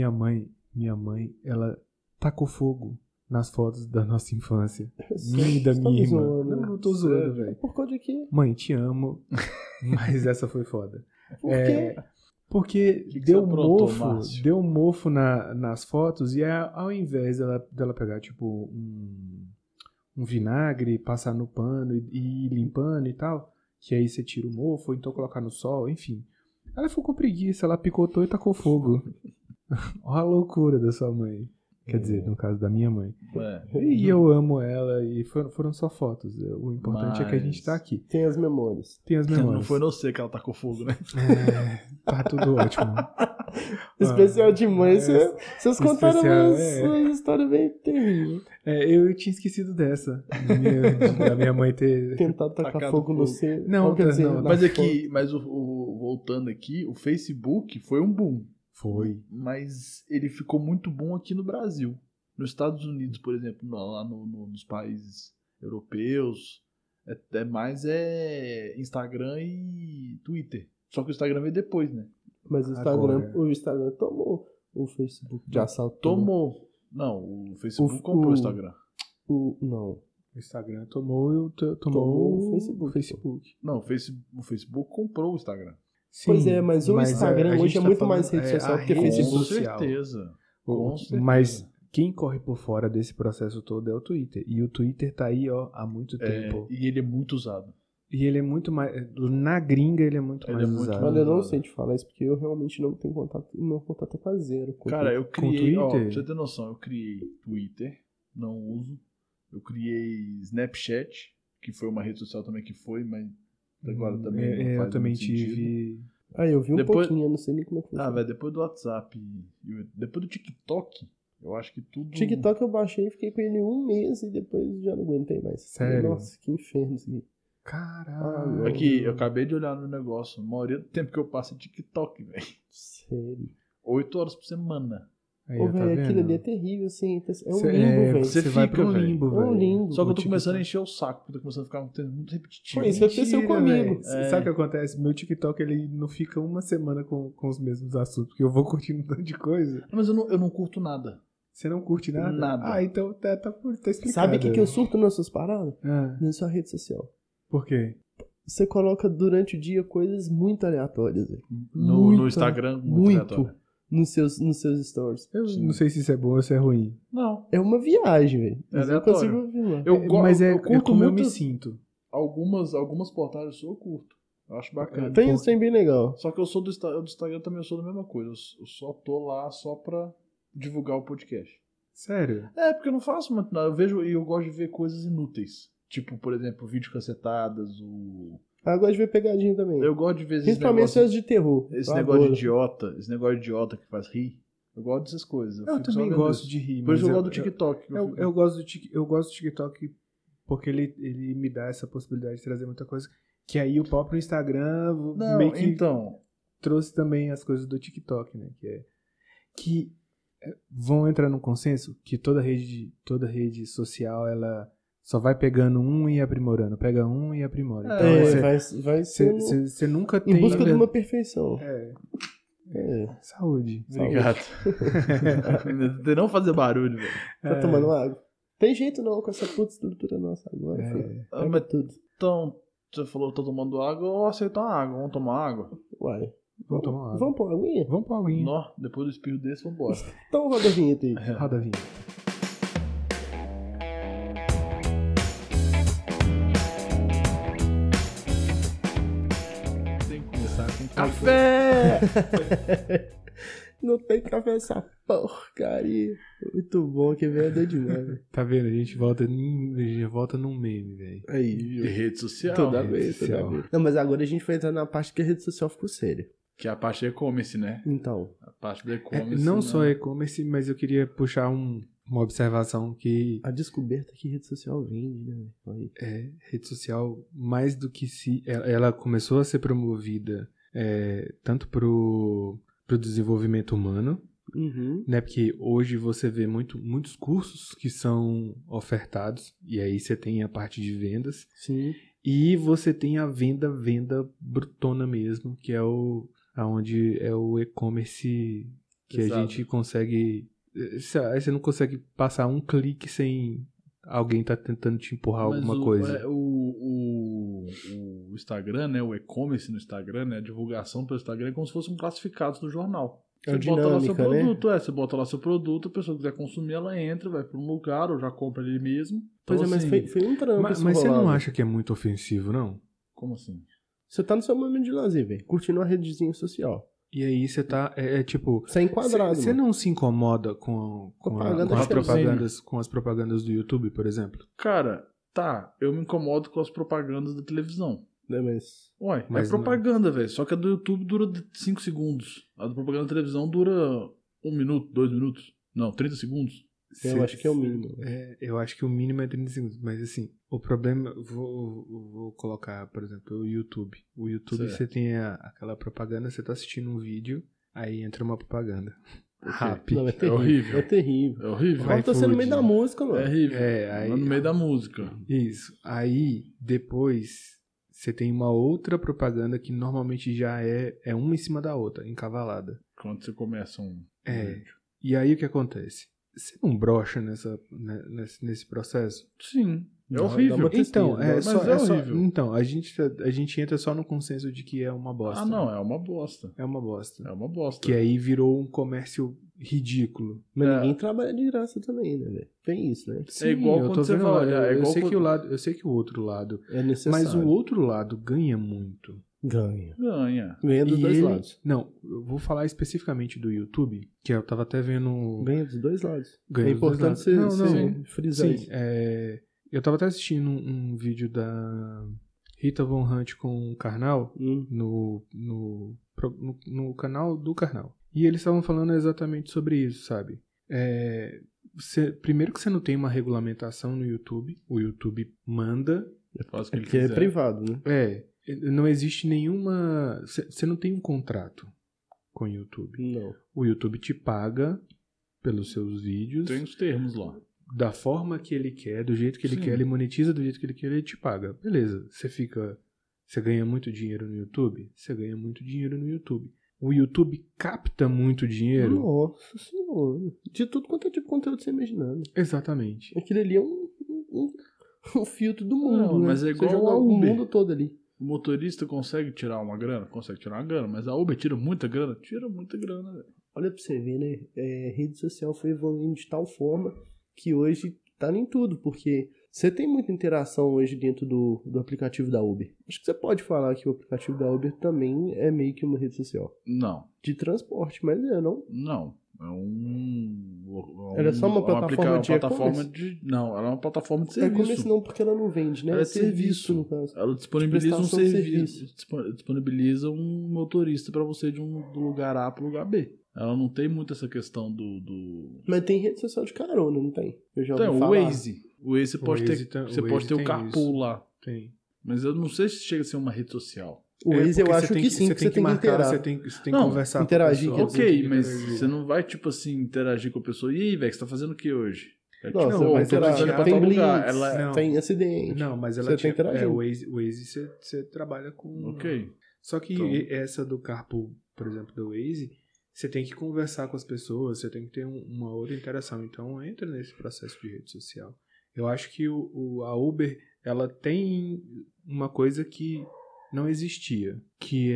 [SPEAKER 1] ela tacou fogo nas fotos da nossa infância.
[SPEAKER 3] Sério,
[SPEAKER 1] Minha e da
[SPEAKER 3] você tá
[SPEAKER 1] minha
[SPEAKER 3] me
[SPEAKER 1] irmã.
[SPEAKER 3] zoando, né?
[SPEAKER 1] Não tô zoando,
[SPEAKER 2] Sério?
[SPEAKER 1] velho.
[SPEAKER 3] Por causa de quê?
[SPEAKER 1] Mãe, te amo. Mas essa foi foda.
[SPEAKER 3] Por quê?
[SPEAKER 1] Porque
[SPEAKER 2] Que
[SPEAKER 1] deu
[SPEAKER 2] você aprontou,
[SPEAKER 1] mofo,
[SPEAKER 2] Márcio?
[SPEAKER 1] deu mofo nas fotos e ao invés dela pegar tipo um vinagre, passar no pano e ir limpando e tal, que aí você tira o mofo, ou então colocar no sol, enfim. Ela ficou com preguiça, ela picotou e tacou fogo. Olha a loucura da sua mãe. Quer dizer, no caso da minha mãe. E eu amo ela e foram só fotos. O importante é que a gente tá aqui.
[SPEAKER 3] Tem as memórias.
[SPEAKER 1] Tem as memórias.
[SPEAKER 2] Não foi você que ela tacou fogo, né?
[SPEAKER 1] Tá tudo ótimo.
[SPEAKER 3] Especial de mãe, vocês contaram
[SPEAKER 1] especial,
[SPEAKER 3] umas histórias bem terríveis.
[SPEAKER 1] Eu tinha esquecido dessa. Da minha mãe ter...
[SPEAKER 3] Tentar tacar
[SPEAKER 2] Tacado
[SPEAKER 3] fogo no
[SPEAKER 2] fogo.
[SPEAKER 3] seu.
[SPEAKER 1] Não,
[SPEAKER 3] quer dizer,
[SPEAKER 1] não,
[SPEAKER 3] na
[SPEAKER 2] Mas
[SPEAKER 3] foto.
[SPEAKER 2] aqui, voltando aqui, o Facebook foi um boom.
[SPEAKER 1] Foi.
[SPEAKER 2] Mas ele ficou muito bom aqui no Brasil. Nos Estados Unidos, por exemplo, lá nos países europeus, mais Instagram e Twitter. Só que o Instagram veio depois, né?
[SPEAKER 3] Mas
[SPEAKER 1] Agora.
[SPEAKER 3] o Instagram tomou o Facebook de assalto.
[SPEAKER 2] Tomou. Não, o Facebook comprou o Instagram.
[SPEAKER 3] Não.
[SPEAKER 1] O Instagram tomou
[SPEAKER 3] Tomou
[SPEAKER 1] o Facebook.
[SPEAKER 2] Não, o Facebook comprou o Instagram.
[SPEAKER 1] Sim,
[SPEAKER 3] Pois é, mas o Instagram
[SPEAKER 1] a
[SPEAKER 3] hoje
[SPEAKER 1] gente
[SPEAKER 3] é
[SPEAKER 1] tá
[SPEAKER 3] muito
[SPEAKER 1] falando,
[SPEAKER 3] mais rede social
[SPEAKER 1] a
[SPEAKER 3] do que
[SPEAKER 1] rede
[SPEAKER 3] Facebook.
[SPEAKER 2] Com
[SPEAKER 1] social.
[SPEAKER 2] certeza.
[SPEAKER 1] O-
[SPEAKER 2] Com certeza.
[SPEAKER 1] Mas quem corre por fora desse processo todo é o Twitter. E o Twitter tá aí, ó, há muito tempo.
[SPEAKER 2] E ele é muito usado.
[SPEAKER 1] E ele é muito mais... Na gringa ele é muito
[SPEAKER 2] Ele
[SPEAKER 1] mais
[SPEAKER 2] é muito
[SPEAKER 1] usado.
[SPEAKER 3] Olha, eu não sei te falar isso porque eu realmente não tenho contato. O meu contato é com a zero.
[SPEAKER 2] Cara, eu
[SPEAKER 1] Com
[SPEAKER 2] criei, ó, pra
[SPEAKER 1] Twitter?
[SPEAKER 2] você ter noção, eu criei Twitter, não uso. Eu criei Snapchat, que foi uma rede social também que foi, mas agora também não faz
[SPEAKER 1] eu também
[SPEAKER 2] muito sentido.
[SPEAKER 1] tive...
[SPEAKER 3] Ah, eu vi um
[SPEAKER 2] Depois-
[SPEAKER 3] pouquinho, eu não sei nem como é que funciona.
[SPEAKER 2] Velho, depois do WhatsApp depois do TikTok, eu acho que tudo...
[SPEAKER 3] TikTok eu baixei e fiquei com ele 1 mês e depois já não aguentei mais.
[SPEAKER 1] Sério?
[SPEAKER 3] Nossa, que inferno isso aqui.
[SPEAKER 1] Caralho.
[SPEAKER 2] Aqui, eu acabei de olhar no negócio, a maioria do tempo que eu passo é TikTok, velho.
[SPEAKER 3] Sério.
[SPEAKER 2] 8 horas por semana.
[SPEAKER 1] Aí,
[SPEAKER 3] Ô,
[SPEAKER 1] ó, tá
[SPEAKER 3] velho, aquilo
[SPEAKER 1] vendo?
[SPEAKER 3] ali é terrível, assim. É um
[SPEAKER 1] Cê-
[SPEAKER 3] limbo, velho.
[SPEAKER 1] Você
[SPEAKER 2] Você
[SPEAKER 1] vai
[SPEAKER 2] fica,
[SPEAKER 1] pra um
[SPEAKER 2] velho.
[SPEAKER 1] limbo,
[SPEAKER 3] É um
[SPEAKER 1] velho.
[SPEAKER 3] limbo.
[SPEAKER 2] Só que eu
[SPEAKER 1] O
[SPEAKER 2] tô começando a
[SPEAKER 1] TikTok.
[SPEAKER 2] encher o saco, porque eu tô começando a ficar muito repetitivo.
[SPEAKER 3] Foi isso que aconteceu
[SPEAKER 1] Mentira,
[SPEAKER 3] comigo.
[SPEAKER 1] velho. Sabe o que acontece? Meu TikTok, ele não fica uma semana com os mesmos assuntos, porque eu vou curtindo um tanto de coisa.
[SPEAKER 2] Mas eu não curto nada.
[SPEAKER 1] Você não curte nada?
[SPEAKER 2] Nada.
[SPEAKER 1] Ah, então tá explicado.
[SPEAKER 3] Sabe o que eu surto nas suas paradas?
[SPEAKER 1] Ah,
[SPEAKER 3] Na sua rede social.
[SPEAKER 1] por quê?
[SPEAKER 3] Você coloca durante o dia coisas muito aleatórias, velho.
[SPEAKER 2] No Instagram, muito aleatório.
[SPEAKER 3] Nos seus stories.
[SPEAKER 1] Eu não sei se isso é bom ou se é ruim.
[SPEAKER 2] Não.
[SPEAKER 3] É uma viagem, velho.
[SPEAKER 2] É
[SPEAKER 3] Mas eu
[SPEAKER 2] aleatório.
[SPEAKER 3] consigo afirmar.
[SPEAKER 1] Mas é
[SPEAKER 2] curto
[SPEAKER 1] como eu me
[SPEAKER 2] muito
[SPEAKER 1] sinto.
[SPEAKER 2] algumas portagens eu curto. Eu acho bacana.
[SPEAKER 3] Tem isso, tem bem legal.
[SPEAKER 2] Só que eu sou do Instagram também, eu sou da mesma coisa. Eu só tô lá só pra divulgar o podcast.
[SPEAKER 1] Sério?
[SPEAKER 2] É, porque eu não faço muito nada. Eu vejo e eu gosto de ver coisas inúteis. Tipo, por exemplo, vídeo cacetadas,
[SPEAKER 3] Eu gosto de ver pegadinha também.
[SPEAKER 2] Eu gosto de ver esses
[SPEAKER 3] Principalmente
[SPEAKER 2] negócios,
[SPEAKER 3] essas de terror.
[SPEAKER 2] esse
[SPEAKER 3] Eu
[SPEAKER 2] negócio
[SPEAKER 3] adoro.
[SPEAKER 2] de idiota, esse negócio de idiota que faz rir. Eu gosto dessas coisas.
[SPEAKER 1] Eu
[SPEAKER 2] fico só
[SPEAKER 1] também
[SPEAKER 2] vendo
[SPEAKER 1] gosto
[SPEAKER 2] isso.
[SPEAKER 1] de rir.
[SPEAKER 2] Por isso
[SPEAKER 1] mas
[SPEAKER 2] eu gosto do TikTok.
[SPEAKER 1] Eu gosto do TikTok porque ele me dá essa possibilidade de trazer muita coisa. Que aí o próprio Instagram
[SPEAKER 2] Não,
[SPEAKER 1] meio que
[SPEAKER 2] então.
[SPEAKER 1] trouxe também as coisas do TikTok, né? Que vão entrar num consenso que toda rede social ela só vai pegando um e aprimorando, pega um e aprimora. Então
[SPEAKER 3] vai ser
[SPEAKER 1] você nunca
[SPEAKER 3] em
[SPEAKER 1] tem
[SPEAKER 3] busca de uma perfeição.
[SPEAKER 1] É.
[SPEAKER 3] É.
[SPEAKER 1] Saúde.
[SPEAKER 2] Obrigado. De não fazer barulho, velho.
[SPEAKER 3] Tá tomando água? Tem jeito não com essa puta estrutura nossa agora, filho.
[SPEAKER 2] Ah,
[SPEAKER 3] Pega
[SPEAKER 2] mas
[SPEAKER 3] tudo.
[SPEAKER 2] Então, você falou que tá tomando água, eu aceito a água. Vamos tomar água?
[SPEAKER 3] Uai.
[SPEAKER 1] Vamos tomar água.
[SPEAKER 3] Vamos pôr uma aguinha?
[SPEAKER 1] Vamos pra aguinha.
[SPEAKER 2] Nó, depois do espirro desse, vambora.
[SPEAKER 3] Então roda a vinheta aí.
[SPEAKER 1] Roda a vinheta.
[SPEAKER 2] Tem que começar com
[SPEAKER 3] Café! Não tem café essa porcaria. Muito bom, que merda demais, velho.
[SPEAKER 1] Tá vendo? A gente volta num meme, velho.
[SPEAKER 3] Aí,
[SPEAKER 2] E
[SPEAKER 3] viu?
[SPEAKER 2] rede social.
[SPEAKER 3] Toda
[SPEAKER 1] rede
[SPEAKER 3] vez, toda
[SPEAKER 1] social.
[SPEAKER 3] vez. Não, mas agora a gente vai entrar na parte que a rede social ficou séria.
[SPEAKER 2] Que é a parte e-commerce, né?
[SPEAKER 3] Então,
[SPEAKER 2] A parte do e-commerce.
[SPEAKER 1] Não
[SPEAKER 2] né?
[SPEAKER 1] só e-commerce, mas eu queria puxar uma observação que
[SPEAKER 3] a descoberta que rede social vende, né? Aí.
[SPEAKER 1] rede social, mais do que se... Ela começou a ser promovida tanto pro desenvolvimento humano,
[SPEAKER 3] Uhum.
[SPEAKER 1] né? Porque hoje você vê muitos cursos que são ofertados, e aí você tem a parte de vendas,
[SPEAKER 3] Sim.
[SPEAKER 1] e você tem a venda brutona mesmo, que é aonde é o e-commerce que
[SPEAKER 2] Exato.
[SPEAKER 1] a gente consegue... Aí você não consegue passar um clique sem alguém tá tentando te empurrar
[SPEAKER 2] Mas
[SPEAKER 1] alguma coisa.
[SPEAKER 2] O Instagram, né? O e-commerce no Instagram, né? A divulgação pelo Instagram é como se fosse um classificados do jornal.
[SPEAKER 3] É
[SPEAKER 2] Você bota lá seu
[SPEAKER 3] dinâmica, né?
[SPEAKER 2] produto, você bota lá seu produto, a pessoa que quiser consumir, ela entra, vai para um lugar ou já compra ali mesmo.
[SPEAKER 3] Pois
[SPEAKER 2] Então,
[SPEAKER 3] é, mas
[SPEAKER 2] assim,
[SPEAKER 3] foi um trampo
[SPEAKER 1] Mas
[SPEAKER 3] esse
[SPEAKER 1] você não
[SPEAKER 3] rolado.
[SPEAKER 1] acha que é muito ofensivo, não?
[SPEAKER 2] Como assim?
[SPEAKER 3] Você tá no seu momento de lazer, velho. Curtindo uma redezinha social.
[SPEAKER 1] E aí você tá... tipo...
[SPEAKER 3] Você é enquadrado,
[SPEAKER 1] Você
[SPEAKER 3] mano.
[SPEAKER 1] não se incomoda com
[SPEAKER 3] Propaganda
[SPEAKER 1] as propagandas do YouTube, por exemplo?
[SPEAKER 2] Cara, eu me incomodo com as propagandas da televisão.
[SPEAKER 3] Né, mas...
[SPEAKER 2] Ué,
[SPEAKER 1] Mas
[SPEAKER 2] é propaganda, velho. Só que a do YouTube dura 5 segundos. A da propaganda da televisão dura 1 minuto, 2 minutos. Não, 30 segundos.
[SPEAKER 3] Eu acho que é o mínimo.
[SPEAKER 1] Eu acho que o mínimo é 30 segundos. Mas assim, o problema... Vou colocar, por exemplo, o YouTube. O YouTube,
[SPEAKER 2] Certo.
[SPEAKER 1] você tem aquela propaganda, você tá assistindo um vídeo, aí entra uma propaganda. Rápido.
[SPEAKER 3] Não, é terrível.
[SPEAKER 2] horrível.
[SPEAKER 3] É terrível.
[SPEAKER 2] É horrível.
[SPEAKER 3] Vai tá sendo no meio da música,
[SPEAKER 2] É
[SPEAKER 3] mano.
[SPEAKER 2] horrível.
[SPEAKER 1] aí...
[SPEAKER 2] Lá no meio da música.
[SPEAKER 1] Isso. Aí, depois, você tem uma outra propaganda que normalmente já é uma em cima da outra, encavalada.
[SPEAKER 2] Quando você começa um vídeo.
[SPEAKER 1] E aí o que acontece? Você não brocha nesse processo?
[SPEAKER 2] Sim. É horrível.
[SPEAKER 3] dá uma
[SPEAKER 1] Então,
[SPEAKER 3] tristeza.
[SPEAKER 2] Mas é horrível.
[SPEAKER 1] Então, a gente entra só no consenso de que é uma bosta.
[SPEAKER 2] Ah, não, é uma bosta.
[SPEAKER 1] É uma bosta.
[SPEAKER 2] É uma bosta.
[SPEAKER 1] Que aí virou um comércio ridículo.
[SPEAKER 3] Mas
[SPEAKER 2] É.
[SPEAKER 3] ninguém trabalha de graça também, né, velho? Tem isso, né?
[SPEAKER 2] É igual
[SPEAKER 1] eu
[SPEAKER 2] quando
[SPEAKER 1] tô
[SPEAKER 2] você
[SPEAKER 1] vendo
[SPEAKER 2] fala,
[SPEAKER 1] lá,
[SPEAKER 2] é
[SPEAKER 1] eu
[SPEAKER 2] igual
[SPEAKER 1] sei
[SPEAKER 2] quando-
[SPEAKER 1] que o lado, eu sei que o outro lado,
[SPEAKER 3] É necessário.
[SPEAKER 1] mas o outro lado ganha muito.
[SPEAKER 3] Ganha.
[SPEAKER 2] Ganha.
[SPEAKER 3] Ganha dos
[SPEAKER 1] E
[SPEAKER 3] dois
[SPEAKER 1] ele-
[SPEAKER 3] lados.
[SPEAKER 1] Não, eu vou falar especificamente do YouTube, que eu tava até vendo.
[SPEAKER 3] Ganha dos dois lados.
[SPEAKER 1] Ganha
[SPEAKER 3] É
[SPEAKER 1] dos dois
[SPEAKER 3] importante você
[SPEAKER 1] lados. Não,
[SPEAKER 3] você frisar
[SPEAKER 1] Sim,
[SPEAKER 3] isso.
[SPEAKER 1] eu tava até assistindo um vídeo da Rita Von Hunt com o Karnal no canal do Karnal. E eles estavam falando exatamente sobre isso, sabe? Primeiro que você não tem uma regulamentação no YouTube, o YouTube manda.
[SPEAKER 2] Faz o que ele
[SPEAKER 3] Porque é
[SPEAKER 2] quiser.
[SPEAKER 3] privado, né?
[SPEAKER 1] Não existe nenhuma. Você não tem um contrato com o YouTube.
[SPEAKER 3] Não.
[SPEAKER 1] O YouTube te paga pelos seus vídeos.
[SPEAKER 2] Tem os termos lá.
[SPEAKER 1] Da forma que ele quer, do jeito que ele
[SPEAKER 2] Sim.
[SPEAKER 1] quer, ele monetiza do jeito que ele te paga. Beleza, você ganha muito dinheiro no YouTube? Você ganha muito dinheiro no YouTube. O YouTube capta muito dinheiro?
[SPEAKER 3] Nossa senhora. De tudo quanto é tipo de conteúdo você imaginando.
[SPEAKER 1] Exatamente.
[SPEAKER 3] Aquilo ali é um filtro do mundo,
[SPEAKER 2] Não,
[SPEAKER 3] né?
[SPEAKER 2] mas é
[SPEAKER 3] Você
[SPEAKER 2] igual
[SPEAKER 3] joga
[SPEAKER 2] a
[SPEAKER 3] o
[SPEAKER 2] Uber.
[SPEAKER 3] mundo todo ali.
[SPEAKER 2] O motorista consegue tirar uma grana? Consegue tirar uma grana. Mas a Uber tira muita grana? Tira muita grana, velho.
[SPEAKER 3] Olha pra você ver, né? Rede social foi evoluindo de tal forma que hoje tá em tudo, porque você tem muita interação hoje dentro do aplicativo da Uber. Acho que você pode falar que o aplicativo da Uber também é meio que uma rede social.
[SPEAKER 2] Não.
[SPEAKER 3] De transporte, mas não.
[SPEAKER 2] Não.
[SPEAKER 3] Ela é só uma plataforma de e-commerce?
[SPEAKER 2] Não, ela é uma plataforma de
[SPEAKER 3] É
[SPEAKER 2] serviço.
[SPEAKER 3] e-commerce não, porque ela não vende, né?
[SPEAKER 2] Ela é
[SPEAKER 3] serviço,
[SPEAKER 2] serviço.
[SPEAKER 3] no caso.
[SPEAKER 2] Ela disponibiliza um
[SPEAKER 3] prestação de
[SPEAKER 2] serviço. Disponibiliza um motorista pra você do lugar A pro lugar B. Ela não tem muito essa questão do...
[SPEAKER 3] Mas tem rede social de carona, não tem? Eu já ouvi
[SPEAKER 2] Tem o
[SPEAKER 3] falar.
[SPEAKER 2] Waze. O Waze você pode
[SPEAKER 1] Waze
[SPEAKER 2] ter,
[SPEAKER 1] tem-
[SPEAKER 2] você
[SPEAKER 1] o
[SPEAKER 2] pode
[SPEAKER 1] Waze
[SPEAKER 2] ter o
[SPEAKER 1] tem
[SPEAKER 2] carpool
[SPEAKER 1] isso.
[SPEAKER 2] lá.
[SPEAKER 1] Tem.
[SPEAKER 2] Mas eu não sei se chega a ser uma rede social.
[SPEAKER 3] O Waze eu
[SPEAKER 1] porque
[SPEAKER 3] acho que sim, porque você tem que
[SPEAKER 1] marcar,
[SPEAKER 3] interar.
[SPEAKER 1] você tem que
[SPEAKER 2] Não,
[SPEAKER 1] conversar
[SPEAKER 3] interagir,
[SPEAKER 1] com a
[SPEAKER 3] quer
[SPEAKER 1] pessoa.
[SPEAKER 2] Ok,
[SPEAKER 1] tem que
[SPEAKER 2] mas
[SPEAKER 1] interagir.
[SPEAKER 2] você não vai, tipo assim, interagir com a pessoa. E aí, velho, você tá fazendo o que hoje? É
[SPEAKER 3] Não,
[SPEAKER 2] tipo,
[SPEAKER 3] você vai
[SPEAKER 1] mas ela
[SPEAKER 3] interagir.
[SPEAKER 1] já
[SPEAKER 2] pra
[SPEAKER 3] Tem
[SPEAKER 2] tal
[SPEAKER 3] blitz,
[SPEAKER 2] lugar. Ela...
[SPEAKER 1] Não.
[SPEAKER 3] tem acidente.
[SPEAKER 1] Não, mas ela
[SPEAKER 3] Você tá
[SPEAKER 1] tinha...
[SPEAKER 3] interagindo.
[SPEAKER 1] o Waze você trabalha com...
[SPEAKER 2] Ok.
[SPEAKER 1] Só que
[SPEAKER 2] Então.
[SPEAKER 1] essa do carpool, por exemplo, do Waze, você tem que conversar com as pessoas, você tem que ter uma outra interação. Então, entra nesse processo de rede social. Eu acho que a Uber, ela tem uma coisa que não existia, que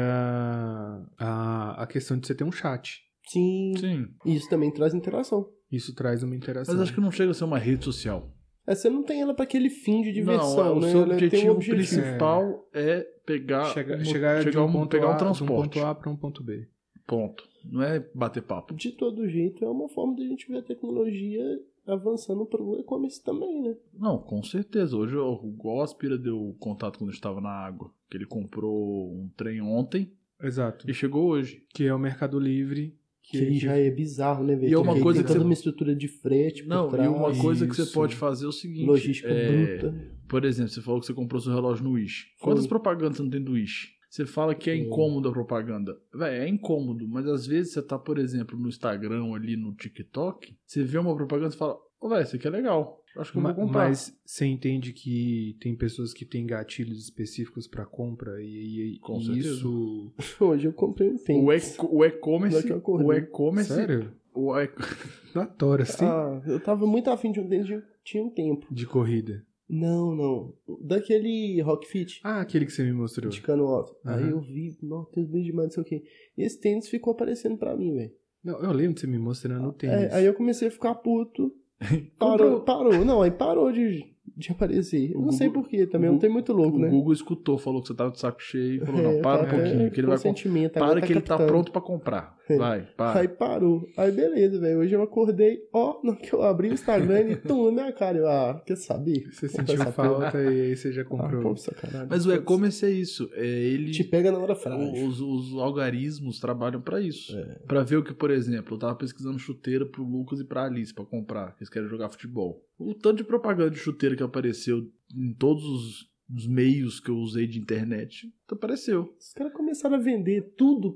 [SPEAKER 1] era a questão de você ter um chat.
[SPEAKER 3] Sim.
[SPEAKER 2] Sim.
[SPEAKER 3] Isso também traz interação.
[SPEAKER 1] Isso traz uma interação.
[SPEAKER 2] Mas acho que não chega a ser uma rede social.
[SPEAKER 3] Você não tem ela pra aquele fim de diversão,
[SPEAKER 2] Não, o
[SPEAKER 3] né?
[SPEAKER 2] seu
[SPEAKER 3] Ela tem
[SPEAKER 2] objetivo
[SPEAKER 3] um objetivo.
[SPEAKER 2] principal é pegar...
[SPEAKER 1] chegar de um ponto
[SPEAKER 2] pegar
[SPEAKER 1] A,
[SPEAKER 2] um transporte.
[SPEAKER 1] de um ponto A para um ponto B.
[SPEAKER 2] Ponto. Não é bater papo.
[SPEAKER 3] De todo jeito, é uma forma de a gente ver a tecnologia avançando pro e-commerce também, né?
[SPEAKER 2] Não, com certeza. Hoje, igual o Aspira deu contato quando estava na água, que ele comprou um trem ontem
[SPEAKER 1] Exato.
[SPEAKER 2] e chegou hoje.
[SPEAKER 1] Que é o Mercado Livre.
[SPEAKER 3] Que já é bizarro, né, velho?
[SPEAKER 2] E é uma
[SPEAKER 3] Porque
[SPEAKER 2] coisa
[SPEAKER 3] tem
[SPEAKER 2] que
[SPEAKER 3] toda
[SPEAKER 2] você-
[SPEAKER 3] uma estrutura de frete por
[SPEAKER 2] Não,
[SPEAKER 3] trás,
[SPEAKER 2] e uma coisa que você
[SPEAKER 1] Isso.
[SPEAKER 2] pode fazer é o seguinte.
[SPEAKER 3] logística bruta.
[SPEAKER 2] Por exemplo, você falou que você comprou seu relógio no Wish. Quantas propagandas você não tem do Wish? Você fala que é incômodo a propaganda. Véi, é incômodo, mas às vezes você tá, por exemplo, no Instagram ali no TikTok, você vê uma propaganda e fala, ô, véi, isso aqui é legal. Acho que eu vou comprar.
[SPEAKER 1] Mas você entende que tem pessoas que têm gatilhos específicos para compra e
[SPEAKER 2] Com certeza.
[SPEAKER 1] isso...
[SPEAKER 3] Hoje eu comprei um tênis.
[SPEAKER 2] O e-commerce...
[SPEAKER 3] Na que eu acordei.
[SPEAKER 2] O e-commerce...
[SPEAKER 1] Sério?
[SPEAKER 2] O e-
[SPEAKER 1] Adoro, assim,
[SPEAKER 3] Eu tava muito afim de um tênis, tinha um tempo.
[SPEAKER 1] de corrida.
[SPEAKER 3] Não. Daquele Rock Fit.
[SPEAKER 1] Ah, aquele que você me mostrou.
[SPEAKER 3] De cano off. Aí
[SPEAKER 1] Aham.
[SPEAKER 3] eu vi, nossa, tênis bem demais, não sei o quê. E esse tênis ficou aparecendo pra mim, velho.
[SPEAKER 1] Não, eu lembro de você me mostrando o tênis.
[SPEAKER 3] Aí eu comecei a ficar puto.
[SPEAKER 2] Comprou.
[SPEAKER 3] Parou. Não, aí parou de aparecer. Eu
[SPEAKER 2] O
[SPEAKER 3] não sei
[SPEAKER 2] Google-
[SPEAKER 3] porquê, também
[SPEAKER 2] o
[SPEAKER 3] não tem muito louco,
[SPEAKER 2] O
[SPEAKER 3] né?
[SPEAKER 2] Google escutou, falou que você tava de saco cheio e falou, não, para um
[SPEAKER 3] tá até
[SPEAKER 2] pouquinho, que ele vai comprar.
[SPEAKER 3] consentimento,
[SPEAKER 2] Para
[SPEAKER 3] agora
[SPEAKER 2] que ele tá
[SPEAKER 3] captando.
[SPEAKER 2] pronto pra comprar. Vai, para.
[SPEAKER 3] Aí parou. Aí beleza, velho. Hoje eu acordei, na que eu abri o Instagram e tum na minha cara. Quer saber?
[SPEAKER 1] Você
[SPEAKER 3] Compra
[SPEAKER 1] sentiu
[SPEAKER 3] essa porra.
[SPEAKER 1] falta e aí você já comprou.
[SPEAKER 3] Pô, sacanagem.
[SPEAKER 2] Mas o e-commerce é isso. Ele...
[SPEAKER 3] Te pega na hora frágil.
[SPEAKER 2] Os algarismos trabalham pra isso.
[SPEAKER 3] É.
[SPEAKER 2] Pra ver o que, por exemplo, eu tava pesquisando chuteira pro Lucas e pra Alice pra comprar, que eles querem jogar futebol. O tanto de propaganda de chuteira que apareceu em todos os meios que eu usei de internet, apareceu.
[SPEAKER 3] Os caras começaram a vender tudo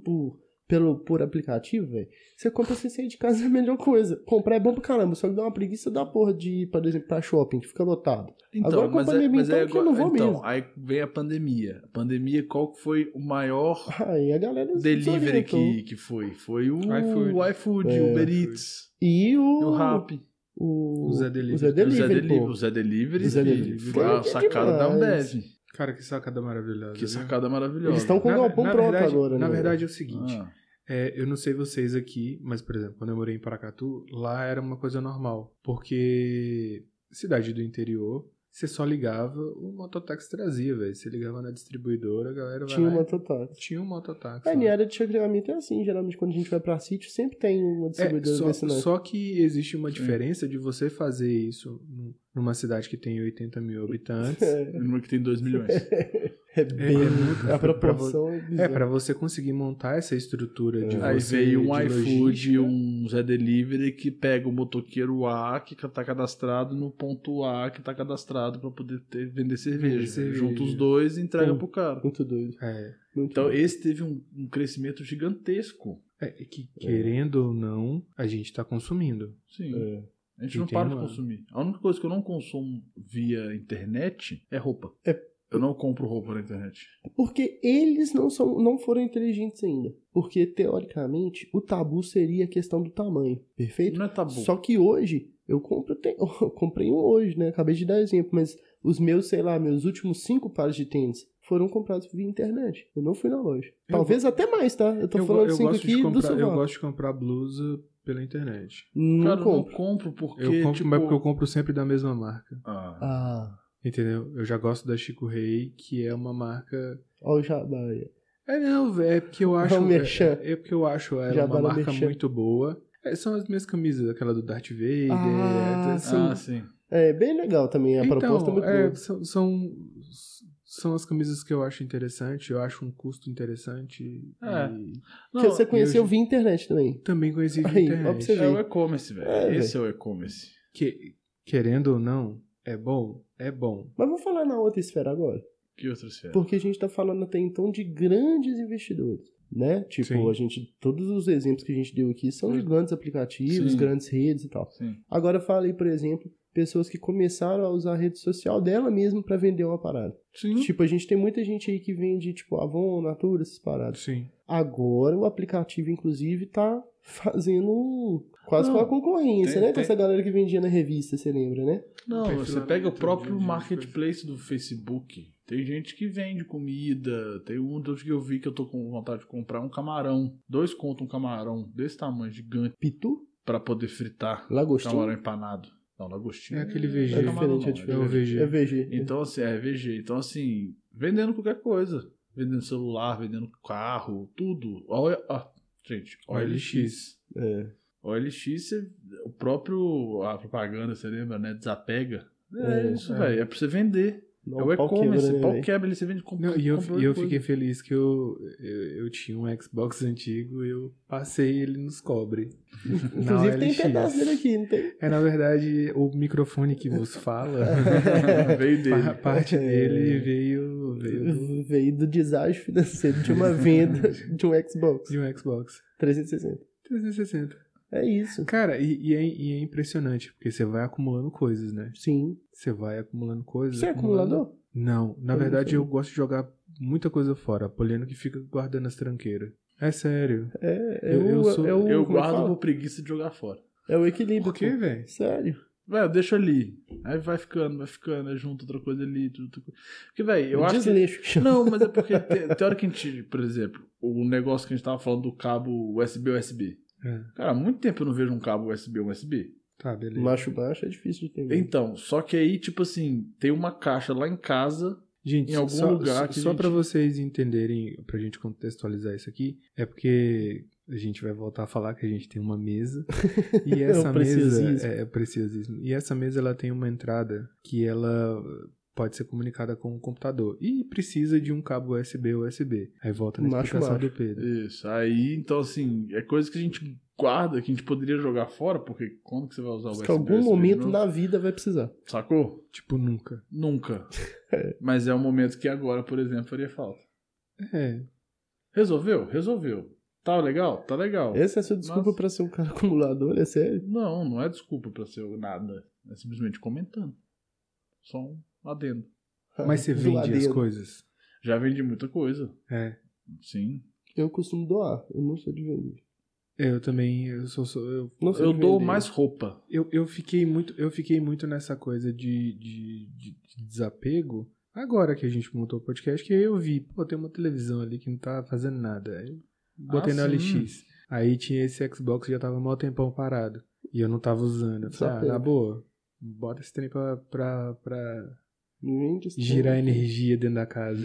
[SPEAKER 3] por aplicativo, velho. Você compra sem sair de casa é a melhor coisa. Comprar é bom pra caramba, só que dá uma preguiça da porra de ir, por exemplo, pra shopping, que fica lotado. Agora com a pandemia, então, que eu não vou mesmo.
[SPEAKER 2] Aí vem a pandemia. A pandemia, qual que foi o maior
[SPEAKER 3] Aí a galera
[SPEAKER 2] delivery
[SPEAKER 3] desorientou.
[SPEAKER 2] que foi? Foi o
[SPEAKER 1] iFood.
[SPEAKER 2] iFood,
[SPEAKER 3] É.
[SPEAKER 2] o Uber Eats,
[SPEAKER 3] E
[SPEAKER 2] o
[SPEAKER 3] o
[SPEAKER 2] Rappi.
[SPEAKER 3] o
[SPEAKER 1] Zé Delivery.
[SPEAKER 3] O Zé Delivery, pô.
[SPEAKER 2] O Zé Delivery
[SPEAKER 3] O Zé Delivery.
[SPEAKER 2] foi a sacada da
[SPEAKER 3] demais.
[SPEAKER 2] Ambev.
[SPEAKER 1] Cara, que sacada maravilhosa.
[SPEAKER 2] Que
[SPEAKER 1] viu?
[SPEAKER 2] sacada maravilhosa.
[SPEAKER 3] Eles estão com o
[SPEAKER 1] Na-
[SPEAKER 3] galpão
[SPEAKER 1] na
[SPEAKER 3] pronto
[SPEAKER 1] verdade-
[SPEAKER 3] agora, né?
[SPEAKER 1] Na verdade é o seguinte,
[SPEAKER 2] Ah,
[SPEAKER 1] eu não sei vocês aqui, mas, por exemplo, quando eu morei em Paracatu, lá era uma coisa normal. Porque cidade do interior, você só ligava, o mototáxi trazia, velho. Você ligava na distribuidora, a galera vai
[SPEAKER 3] Tinha
[SPEAKER 1] lá
[SPEAKER 3] uma
[SPEAKER 1] e-
[SPEAKER 3] mototáxi.
[SPEAKER 1] Tinha um mototáxi.
[SPEAKER 3] É,
[SPEAKER 1] lá.
[SPEAKER 3] em área de chacreamento é assim, geralmente quando a gente vai pra sítio, sempre tem uma distribuidora vecinal.
[SPEAKER 1] Só que existe uma
[SPEAKER 2] Sim.
[SPEAKER 1] diferença de você fazer isso numa cidade que tem 80 mil habitantes.
[SPEAKER 2] numa que tem 2 milhões.
[SPEAKER 3] É bem...
[SPEAKER 1] muito-
[SPEAKER 3] a proporção é bizarra.
[SPEAKER 1] Pra você conseguir montar essa estrutura de
[SPEAKER 2] Aí
[SPEAKER 1] você,
[SPEAKER 2] veio um
[SPEAKER 1] de
[SPEAKER 2] iFood,
[SPEAKER 1] logística.
[SPEAKER 2] um Zé Delivery que pega o motoqueiro A que tá cadastrado no ponto A que tá cadastrado pra poder vender cerveja.
[SPEAKER 1] cerveja.
[SPEAKER 2] Junta os dois e entrega
[SPEAKER 3] Pô.
[SPEAKER 2] pro cara.
[SPEAKER 3] Muito doido. Muito
[SPEAKER 2] Então
[SPEAKER 3] doido.
[SPEAKER 2] esse teve um crescimento gigantesco.
[SPEAKER 1] Que querendo ou não, a gente tá consumindo.
[SPEAKER 2] Sim.
[SPEAKER 3] É.
[SPEAKER 2] A gente
[SPEAKER 1] E
[SPEAKER 2] não
[SPEAKER 1] tem
[SPEAKER 2] para de
[SPEAKER 1] uma-
[SPEAKER 2] consumir. A única coisa que eu não consumo via internet é roupa.
[SPEAKER 3] É.
[SPEAKER 2] Eu não compro roupa na internet.
[SPEAKER 3] Porque eles não foram inteligentes ainda. Porque, teoricamente, o tabu seria a questão do tamanho. Perfeito?
[SPEAKER 2] Não é tabu.
[SPEAKER 3] Só que hoje, eu comprei um hoje, né? Acabei de dar exemplo, mas os meus, sei lá, meus últimos 5 pares de tênis foram comprados via internet. Eu não fui na loja. Talvez até mais, tá? Eu tô falando 5
[SPEAKER 1] gosto de
[SPEAKER 3] aqui do
[SPEAKER 1] comprar, eu
[SPEAKER 3] sovaco.
[SPEAKER 1] gosto de comprar blusa pela internet.
[SPEAKER 3] Não
[SPEAKER 2] Cara, eu
[SPEAKER 3] compro.
[SPEAKER 2] não compro porque,
[SPEAKER 1] Eu compro,
[SPEAKER 2] tipo...
[SPEAKER 1] mas porque eu compro sempre da mesma marca.
[SPEAKER 3] Ah,
[SPEAKER 1] Entendeu? Eu já gosto da Chico Rei, que é uma marca.
[SPEAKER 3] ó o jabá aí.
[SPEAKER 1] Não, é porque eu acho.
[SPEAKER 3] É um merchan.
[SPEAKER 1] É porque eu acho ela
[SPEAKER 3] Jabá
[SPEAKER 1] uma
[SPEAKER 3] no
[SPEAKER 1] marca
[SPEAKER 3] merchan.
[SPEAKER 1] muito boa. São as minhas camisas, aquela do Darth Vader.
[SPEAKER 3] Ah, sim.
[SPEAKER 2] Ah, sim.
[SPEAKER 3] É bem legal também, a proposta é muito boa.
[SPEAKER 1] São as camisas que eu acho interessante, eu acho um custo interessante.
[SPEAKER 2] É.
[SPEAKER 1] E
[SPEAKER 3] Porque você conheceu
[SPEAKER 1] eu-
[SPEAKER 3] via internet também.
[SPEAKER 1] também conheci via
[SPEAKER 3] Aí, ó, pra
[SPEAKER 1] internet.
[SPEAKER 3] você ver.
[SPEAKER 2] É o e-commerce, velho.
[SPEAKER 3] É,
[SPEAKER 2] Esse é o e-commerce.
[SPEAKER 1] Querendo ou não, é bom? É bom.
[SPEAKER 3] Mas vamos falar na outra esfera agora.
[SPEAKER 2] Que outra esfera?
[SPEAKER 3] Porque a gente tá falando até então de grandes investidores, né? Tipo,
[SPEAKER 1] Sim.
[SPEAKER 3] todos os exemplos que a gente deu aqui são de grandes aplicativos,
[SPEAKER 2] Sim.
[SPEAKER 3] grandes redes e tal.
[SPEAKER 2] Sim.
[SPEAKER 3] Agora fala aí, por exemplo, pessoas que começaram a usar a rede social dela mesmo pra vender uma parada.
[SPEAKER 2] Sim.
[SPEAKER 3] Tipo, a gente tem muita gente aí que vende, tipo, Avon, Natura, essas paradas.
[SPEAKER 1] Sim.
[SPEAKER 3] Agora o aplicativo, inclusive, tá fazendo quase
[SPEAKER 2] Não,
[SPEAKER 3] uma concorrência,
[SPEAKER 2] tem-
[SPEAKER 3] né? Com
[SPEAKER 2] tem-
[SPEAKER 3] essa galera que vendia na revista, você lembra, né?
[SPEAKER 2] Não,
[SPEAKER 1] Perfil
[SPEAKER 2] você pega o
[SPEAKER 1] de-
[SPEAKER 2] próprio
[SPEAKER 1] de-
[SPEAKER 2] marketplace do Facebook. Tem gente que vende comida. Tem um dos que eu vi que eu tô com vontade de comprar um camarão. 2 conto um camarão desse tamanho, gigante,
[SPEAKER 3] Pitu?
[SPEAKER 2] pra poder fritar.
[SPEAKER 3] Lagostinho?
[SPEAKER 2] Camarão empanado. Não, lagostinho.
[SPEAKER 1] É aquele VG.
[SPEAKER 3] É
[SPEAKER 2] camarão,
[SPEAKER 3] diferente, é
[SPEAKER 2] não,
[SPEAKER 3] diferente.
[SPEAKER 1] VG.
[SPEAKER 3] É VG.
[SPEAKER 2] Então, assim, é VG. Então, assim, vendendo qualquer coisa. Vendendo celular, vendendo carro, tudo. Gente, OLX.
[SPEAKER 3] É.
[SPEAKER 2] OLX, o próprio, a propaganda, você lembra, né? Desapega. É isso,
[SPEAKER 1] é.
[SPEAKER 2] velho. É pra você vender.
[SPEAKER 3] Não,
[SPEAKER 2] É o
[SPEAKER 3] pau
[SPEAKER 2] e-commerce.
[SPEAKER 3] quebra, né,
[SPEAKER 2] Pau
[SPEAKER 3] velho?
[SPEAKER 2] quebra, ele você vende
[SPEAKER 1] Não, e eu
[SPEAKER 2] coisa.
[SPEAKER 1] fiquei feliz que eu tinha um Xbox antigo e eu passei ele nos cobre.
[SPEAKER 3] Inclusive tem pedaço dele aqui, não tem?
[SPEAKER 1] Na verdade, o microfone que vos fala,
[SPEAKER 2] Veio dele.
[SPEAKER 1] parte dele veio
[SPEAKER 3] Veio do deságio financeiro de uma venda de um Xbox
[SPEAKER 1] de um Xbox
[SPEAKER 3] 360.
[SPEAKER 1] 360.
[SPEAKER 3] É isso.
[SPEAKER 1] Cara, e é impressionante, porque você vai acumulando coisas, né?
[SPEAKER 3] Sim.
[SPEAKER 1] Você vai acumulando coisas.
[SPEAKER 3] Você é
[SPEAKER 1] acumulando-
[SPEAKER 3] acumulador?
[SPEAKER 1] Não, na
[SPEAKER 3] Eu não
[SPEAKER 1] verdade
[SPEAKER 3] sou.
[SPEAKER 1] eu gosto de jogar muita coisa fora. A Poliana que fica guardando as tranqueiras. É sério. Eu sou-
[SPEAKER 3] é o,
[SPEAKER 2] Eu
[SPEAKER 3] como é que
[SPEAKER 2] guardo
[SPEAKER 3] fala?
[SPEAKER 2] por preguiça de jogar fora.
[SPEAKER 3] É o equilíbrio.
[SPEAKER 1] Por quê,
[SPEAKER 3] pô.
[SPEAKER 1] velho?
[SPEAKER 3] Sério.
[SPEAKER 2] Velho, eu deixo ali. Aí vai ficando, aí junto outra coisa ali. Outra coisa. Porque, velho, eu acho que...
[SPEAKER 3] Desleixo que chama.
[SPEAKER 2] Não, mas é porque teoricamente, por exemplo, o negócio que a gente tava falando do cabo USB. Cara, há muito tempo eu não vejo um cabo USB.
[SPEAKER 1] Tá, beleza.
[SPEAKER 3] Macho baixo é difícil de entender.
[SPEAKER 2] Então, só que aí, tipo assim, tem uma caixa lá em casa.
[SPEAKER 1] Gente,
[SPEAKER 2] Em algum
[SPEAKER 1] só,
[SPEAKER 2] lugar que a
[SPEAKER 1] só
[SPEAKER 2] gente-
[SPEAKER 1] pra vocês entenderem, pra gente contextualizar isso aqui, é porque a gente vai voltar a falar que a gente tem uma mesa e essa
[SPEAKER 3] o
[SPEAKER 1] mesa
[SPEAKER 3] preciosismo.
[SPEAKER 1] é preciosismo. E essa mesa ela tem uma entrada que ela pode ser comunicada com o computador e precisa de um cabo USB. Aí volta na
[SPEAKER 3] Macho
[SPEAKER 1] explicação
[SPEAKER 3] baixo.
[SPEAKER 1] do Pedro.
[SPEAKER 2] Isso. Aí, então, assim, é coisa que a gente guarda, que a gente poderia jogar fora, porque quando que você vai usar o
[SPEAKER 3] Acho
[SPEAKER 2] USB?
[SPEAKER 3] que em algum
[SPEAKER 2] USB
[SPEAKER 3] momento
[SPEAKER 2] de novo?
[SPEAKER 3] na vida vai precisar.
[SPEAKER 2] Sacou?
[SPEAKER 1] Tipo, nunca.
[SPEAKER 2] Nunca. Mas é um momento que agora, por exemplo, faria falta.
[SPEAKER 1] É.
[SPEAKER 2] Resolveu. Tá legal? Tá legal.
[SPEAKER 3] Essa é a sua desculpa
[SPEAKER 2] Mas-
[SPEAKER 3] pra ser um cara acumulador, é sério?
[SPEAKER 2] Não, não é desculpa pra ser nada. É simplesmente comentando. Só um adendo.
[SPEAKER 1] Mas você vende as
[SPEAKER 3] Zoadeiro.
[SPEAKER 1] coisas?
[SPEAKER 2] Já vendi muita coisa.
[SPEAKER 1] É.
[SPEAKER 2] Sim.
[SPEAKER 3] Eu costumo doar, eu não sou de vender.
[SPEAKER 1] Eu também,
[SPEAKER 3] Não sei
[SPEAKER 2] Eu dou
[SPEAKER 3] vender.
[SPEAKER 2] mais roupa.
[SPEAKER 1] eu fiquei muito nessa coisa de desapego. Agora que a gente montou o podcast, que aí eu vi, pô, tem uma televisão ali que não tá fazendo nada. Aí eu botei no
[SPEAKER 2] sim.
[SPEAKER 1] LX. Aí tinha esse Xbox que já tava mó tempão parado. E eu não tava usando. Eu falei,
[SPEAKER 3] Desapego.
[SPEAKER 1] na boa, bota esse trem pra
[SPEAKER 3] Vende esse
[SPEAKER 1] girar
[SPEAKER 3] trem.
[SPEAKER 1] energia dentro da casa.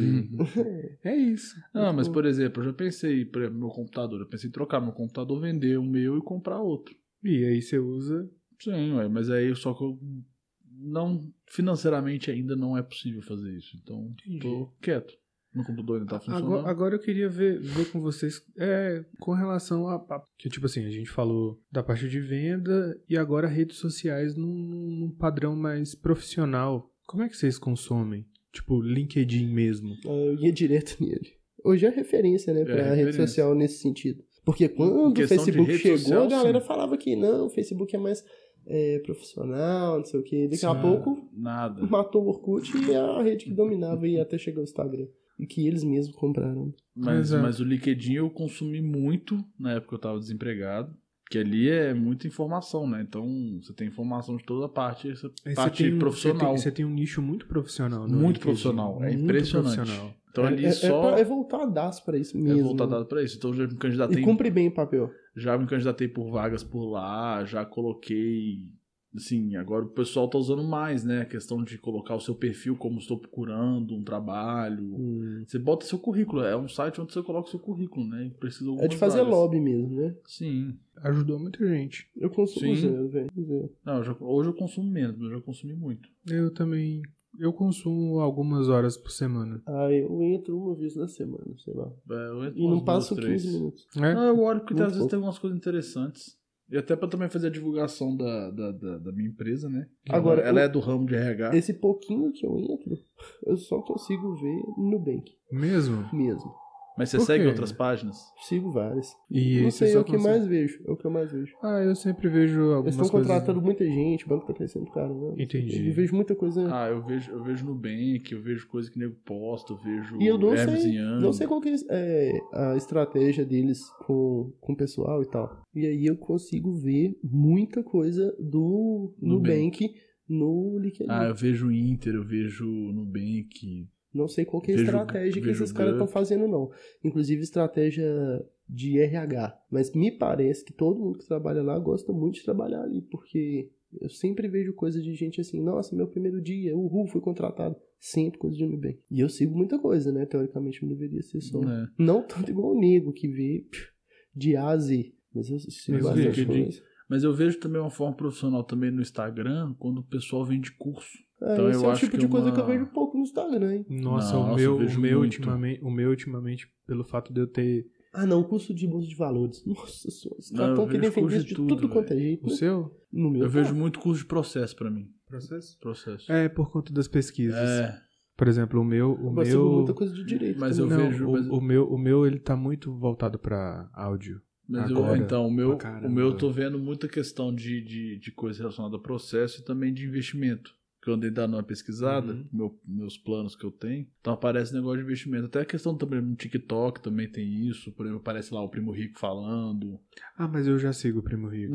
[SPEAKER 1] É isso.
[SPEAKER 2] Não, mas por exemplo, eu já pensei, por exemplo, meu computador. Eu pensei em trocar meu computador, vender o meu e comprar outro.
[SPEAKER 1] E aí você usa.
[SPEAKER 2] Sim, ué, mas aí só que eu não, financeiramente ainda não é possível fazer isso. Então, tô quieto. Meu computador ainda tá funcionando.
[SPEAKER 1] Agora eu queria ver com vocês com relação que, tipo assim, a gente falou da parte de venda e agora redes sociais num padrão mais profissional. Como é que vocês consomem? Tipo, LinkedIn mesmo.
[SPEAKER 3] Eu ia direto nele. Hoje é referência, né, pra rede
[SPEAKER 2] referência.
[SPEAKER 3] social nesse sentido. Porque quando o
[SPEAKER 2] questão de
[SPEAKER 3] Facebook
[SPEAKER 2] rede
[SPEAKER 3] chegou,
[SPEAKER 2] social,
[SPEAKER 3] a galera
[SPEAKER 2] sim.
[SPEAKER 3] falava que não, o Facebook é mais profissional, não sei o quê. Daqui a
[SPEAKER 1] Sim.
[SPEAKER 3] pouco
[SPEAKER 2] Nada.
[SPEAKER 3] matou o Orkut e a rede que dominava e até chegar o Instagram. E que eles mesmos compraram.
[SPEAKER 1] Exato.
[SPEAKER 2] Mas o LinkedIn eu consumi muito na época que eu tava desempregado. Porque ali é muita informação, né? Então você tem informação de toda parte, essa
[SPEAKER 1] Aí
[SPEAKER 2] parte profissional.
[SPEAKER 1] Você tem um nicho muito profissional. No
[SPEAKER 2] Muito
[SPEAKER 1] LinkedIn.
[SPEAKER 2] profissional. É
[SPEAKER 1] Muito
[SPEAKER 2] impressionante.
[SPEAKER 1] profissional.
[SPEAKER 2] Então ali só
[SPEAKER 3] É voltadaço pra isso
[SPEAKER 2] é
[SPEAKER 3] mesmo.
[SPEAKER 2] voltado pra isso. Então eu já me candidatei.
[SPEAKER 3] E cumpre bem o papel.
[SPEAKER 2] Já me candidatei por vagas por lá, já coloquei. Assim, agora o pessoal tá usando mais, né? A questão de colocar o seu perfil como estou procurando um trabalho. Você bota seu currículo. É um site onde você coloca o seu currículo, né? E precisa de
[SPEAKER 3] É
[SPEAKER 2] algumas
[SPEAKER 3] de fazer
[SPEAKER 2] vagas.
[SPEAKER 3] lobby mesmo, né?
[SPEAKER 2] Sim.
[SPEAKER 1] Ajudou muita gente.
[SPEAKER 3] Eu consumo
[SPEAKER 2] Sim.
[SPEAKER 3] zero, velho. Zero.
[SPEAKER 2] Não, hoje eu consumo menos, mas eu já consumi muito.
[SPEAKER 1] Eu também. Eu consumo algumas horas por semana.
[SPEAKER 3] Eu entro uma vez na semana, sei lá.
[SPEAKER 2] Eu entro
[SPEAKER 3] E não
[SPEAKER 2] umas
[SPEAKER 3] passam
[SPEAKER 2] 2, 3.
[SPEAKER 3] 15 minutos.
[SPEAKER 1] É?
[SPEAKER 2] Não, eu olho porque
[SPEAKER 3] Muito
[SPEAKER 2] às vezes
[SPEAKER 3] pouco.
[SPEAKER 2] tem algumas coisas interessantes. E até pra também fazer a divulgação da minha empresa, né? Que
[SPEAKER 3] Agora,
[SPEAKER 2] ela é do ramo de RH.
[SPEAKER 3] Esse pouquinho que eu entro, eu só consigo ver no Nubank
[SPEAKER 1] Mesmo?
[SPEAKER 3] mesmo.
[SPEAKER 2] Mas você
[SPEAKER 1] Por
[SPEAKER 2] segue
[SPEAKER 1] quê?
[SPEAKER 2] outras páginas?
[SPEAKER 3] Sigo várias.
[SPEAKER 1] E
[SPEAKER 3] Não
[SPEAKER 1] esse
[SPEAKER 3] sei,
[SPEAKER 1] só
[SPEAKER 3] é o que
[SPEAKER 1] consegue-
[SPEAKER 3] mais vejo. É o que eu mais vejo.
[SPEAKER 1] Eu sempre vejo
[SPEAKER 3] Eles
[SPEAKER 1] algumas
[SPEAKER 3] estão
[SPEAKER 1] coisas.
[SPEAKER 3] contratando muita gente, o banco tá crescendo pra caramba.
[SPEAKER 1] Entendi.
[SPEAKER 3] Eu vejo muita coisa.
[SPEAKER 2] Eu vejo Nubank, eu vejo coisa que nego posta, eu vejo
[SPEAKER 3] E eu não
[SPEAKER 2] Hermes
[SPEAKER 3] sei,
[SPEAKER 2] e Young.
[SPEAKER 3] não sei qual que é a estratégia deles com o pessoal e tal. E aí eu consigo ver muita coisa do Nubank no LinkedIn.
[SPEAKER 2] Eu vejo Inter, eu vejo Nubank.
[SPEAKER 3] Não sei qual que é a
[SPEAKER 2] Vejo-
[SPEAKER 3] estratégia que
[SPEAKER 2] vejo
[SPEAKER 3] esses caras estão
[SPEAKER 2] Gup.
[SPEAKER 3] fazendo, não. Inclusive estratégia de RH. Mas me parece que todo mundo que trabalha lá gosta muito de trabalhar ali, porque eu sempre vejo coisa de gente assim, nossa, meu primeiro dia, fui contratado. Sempre coisa de Nubank. E eu sigo muita coisa, né? Teoricamente não deveria ser só.
[SPEAKER 2] É.
[SPEAKER 3] Não tanto igual o nego que vê de A a Z. Mas eu sigo
[SPEAKER 1] Mas
[SPEAKER 3] bastante
[SPEAKER 2] LinkedIn.
[SPEAKER 3] coisa.
[SPEAKER 2] Mas eu vejo também uma forma profissional também no Instagram, quando o pessoal vende curso. Então
[SPEAKER 3] Esse
[SPEAKER 2] eu
[SPEAKER 3] é o
[SPEAKER 2] acho
[SPEAKER 3] tipo
[SPEAKER 2] que
[SPEAKER 3] de coisa
[SPEAKER 2] uma-
[SPEAKER 3] que eu vejo pouco no Instagram, hein?
[SPEAKER 1] Nossa,
[SPEAKER 2] Nossa, eu vejo muito.
[SPEAKER 1] o meu ultimamente, pelo fato de eu ter.
[SPEAKER 3] Ah, não, curso de bolsa de valores. Nossa senhora, os
[SPEAKER 2] Não,
[SPEAKER 3] caras
[SPEAKER 2] eu
[SPEAKER 3] estão
[SPEAKER 2] vejo
[SPEAKER 3] querendo vender
[SPEAKER 2] curso
[SPEAKER 3] isso
[SPEAKER 2] de
[SPEAKER 3] de
[SPEAKER 2] tudo,
[SPEAKER 3] tudo quanto é jeito.
[SPEAKER 1] O
[SPEAKER 3] né?
[SPEAKER 1] seu
[SPEAKER 3] No meu
[SPEAKER 2] Eu vejo
[SPEAKER 3] tá.
[SPEAKER 2] muito curso de processo pra mim.
[SPEAKER 1] processo?
[SPEAKER 2] Processo.
[SPEAKER 1] É, por conta das pesquisas.
[SPEAKER 2] É,
[SPEAKER 1] Por exemplo,
[SPEAKER 3] Eu sigo muita coisa de direito.
[SPEAKER 2] Mas
[SPEAKER 3] também.
[SPEAKER 2] eu
[SPEAKER 1] Não,
[SPEAKER 2] vejo-
[SPEAKER 1] o meu ele tá muito voltado pra áudio.
[SPEAKER 2] mas
[SPEAKER 1] Agora,
[SPEAKER 2] então, o meu
[SPEAKER 1] pra caramba.
[SPEAKER 2] eu tô vendo muita questão de coisa relacionada a processo e também de investimento. Que eu andei dando uma pesquisada, meus planos que eu tenho. Então aparece negócio de investimento. Até a questão também no TikTok também tem isso. Por exemplo, aparece lá o Primo Rico falando.
[SPEAKER 1] Mas eu já sigo o Primo Rico.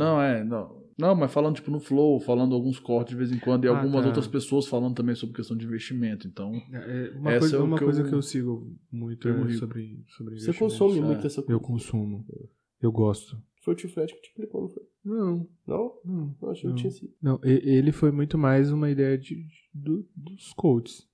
[SPEAKER 2] Não, mas falando tipo no Flow, falando alguns cortes de vez em quando, e algumas
[SPEAKER 1] tá.
[SPEAKER 2] outras pessoas falando também sobre questão de investimento. Então,
[SPEAKER 1] Uma
[SPEAKER 2] essa
[SPEAKER 1] coisa,
[SPEAKER 2] é o
[SPEAKER 1] uma
[SPEAKER 2] que
[SPEAKER 1] coisa
[SPEAKER 2] eu-
[SPEAKER 1] que eu sigo muito
[SPEAKER 2] Primo
[SPEAKER 1] é
[SPEAKER 2] Rico.
[SPEAKER 1] sobre
[SPEAKER 3] Você
[SPEAKER 1] investimentos.
[SPEAKER 3] consome
[SPEAKER 2] É.
[SPEAKER 3] muito essa coisa.
[SPEAKER 1] Eu consumo. Eu gosto.
[SPEAKER 3] Foi o Tio Fred que te explicou, não foi?
[SPEAKER 1] Não.
[SPEAKER 3] Não? Eu achei que tinha sido.
[SPEAKER 1] Não, ele foi muito mais uma ideia dos coaches.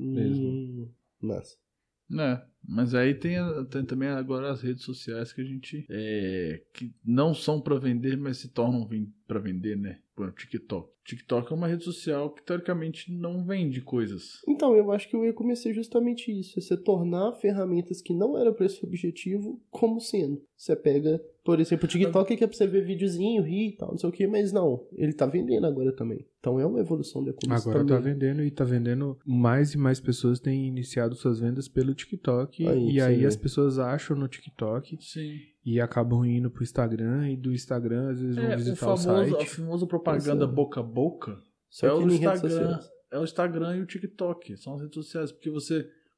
[SPEAKER 3] Massa.
[SPEAKER 2] né? Mas aí tem também agora as redes sociais que a gente que não são pra vender, mas se tornam pra vender, né? Por exemplo, TikTok. TikTok é uma rede social que teoricamente não vende coisas.
[SPEAKER 3] Então, eu acho que eu ia começar justamente isso. É você tornar ferramentas que não eram para esse objetivo como sendo. Você pega, por exemplo, o TikTok que é pra você ver videozinho, rir e tal, não sei o que, mas não. Ele tá vendendo agora também. Então é uma evolução da coisa
[SPEAKER 1] Agora
[SPEAKER 3] também.
[SPEAKER 1] tá vendendo e tá vendendo. Mais e mais pessoas têm iniciado suas vendas pelo TikTok.
[SPEAKER 3] Aí,
[SPEAKER 1] E aí
[SPEAKER 3] sim.
[SPEAKER 1] as pessoas acham no TikTok
[SPEAKER 2] Sim.
[SPEAKER 1] e acabam indo pro Instagram. E do Instagram às vezes vão visitar o
[SPEAKER 2] a
[SPEAKER 1] site.
[SPEAKER 2] famosa propaganda
[SPEAKER 3] Pois é.
[SPEAKER 2] boca a boca
[SPEAKER 3] Só
[SPEAKER 2] é
[SPEAKER 3] que
[SPEAKER 2] o
[SPEAKER 3] em redes
[SPEAKER 2] Instagram.
[SPEAKER 3] sociais.
[SPEAKER 2] É o Instagram e o TikTok. São as redes sociais. Porque você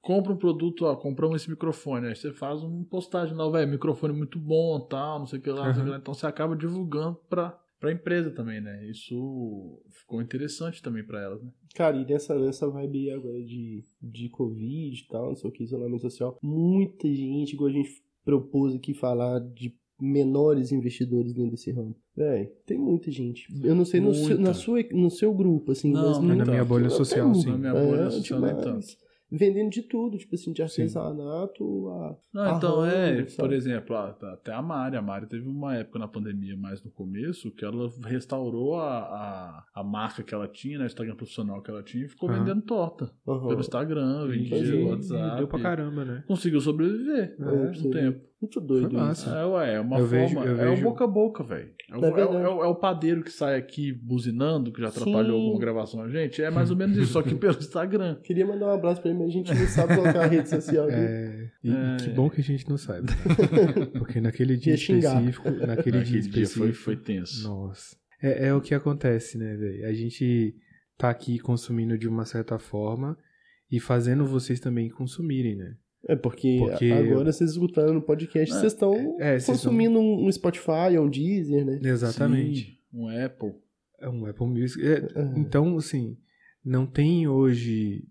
[SPEAKER 2] compra um produto, compramos esse microfone, aí você faz uma postagem lá, velho, microfone muito bom, tal, não sei o que lá, não sei o que lá. Então você acaba divulgando pra empresa também, né? Isso ficou interessante também pra elas, né?
[SPEAKER 3] Cara, e nessa vibe aí agora de Covid e tal, não sei o que, isolamento social, muita gente, igual a gente propôs aqui falar de menores investidores dentro desse ramo. Véi, tem muita gente. Eu não sei no seu grupo, assim,
[SPEAKER 2] Não,
[SPEAKER 3] mas
[SPEAKER 1] na minha bolha social, sim.
[SPEAKER 2] Na minha bolha social nem
[SPEAKER 3] demais.
[SPEAKER 2] tanto.
[SPEAKER 3] Vendendo de tudo, tipo assim, de artesanato
[SPEAKER 2] Não, então
[SPEAKER 3] ramo,
[SPEAKER 2] por
[SPEAKER 3] sabe?
[SPEAKER 2] exemplo, até a Mari teve uma época na pandemia, mais no começo, que ela restaurou a marca que ela tinha, né, o Instagram profissional que ela tinha, e ficou vendendo torta pelo Instagram, vendia no WhatsApp.
[SPEAKER 1] Deu pra caramba, né?
[SPEAKER 2] Conseguiu sobreviver um tempo.
[SPEAKER 3] Muito doido
[SPEAKER 1] Foi massa.
[SPEAKER 3] isso.
[SPEAKER 2] É uma
[SPEAKER 1] Eu
[SPEAKER 2] forma.
[SPEAKER 1] vejo-
[SPEAKER 2] É o boca a boca, velho. É o padeiro que sai aqui buzinando, que já atrapalhou alguma gravação a gente. É mais ou menos isso, só que pelo Instagram.
[SPEAKER 3] Queria mandar um abraço pra ele, mas a gente não sabe colocar a rede social dele.
[SPEAKER 1] E que bom que a gente não saiba. Porque naquele dia
[SPEAKER 3] Ia xingar.
[SPEAKER 1] específico. Naquele dia específico.
[SPEAKER 2] Foi tenso.
[SPEAKER 1] Nossa. É o que acontece, né, velho? A gente tá aqui consumindo de uma certa forma e fazendo vocês também consumirem, né?
[SPEAKER 3] Porque agora vocês escutando no podcast, vocês estão consumindo um Spotify ou um Deezer, né?
[SPEAKER 1] Exatamente.
[SPEAKER 2] Sim, um Apple.
[SPEAKER 1] É um Apple Music. Então, assim, não tem hoje...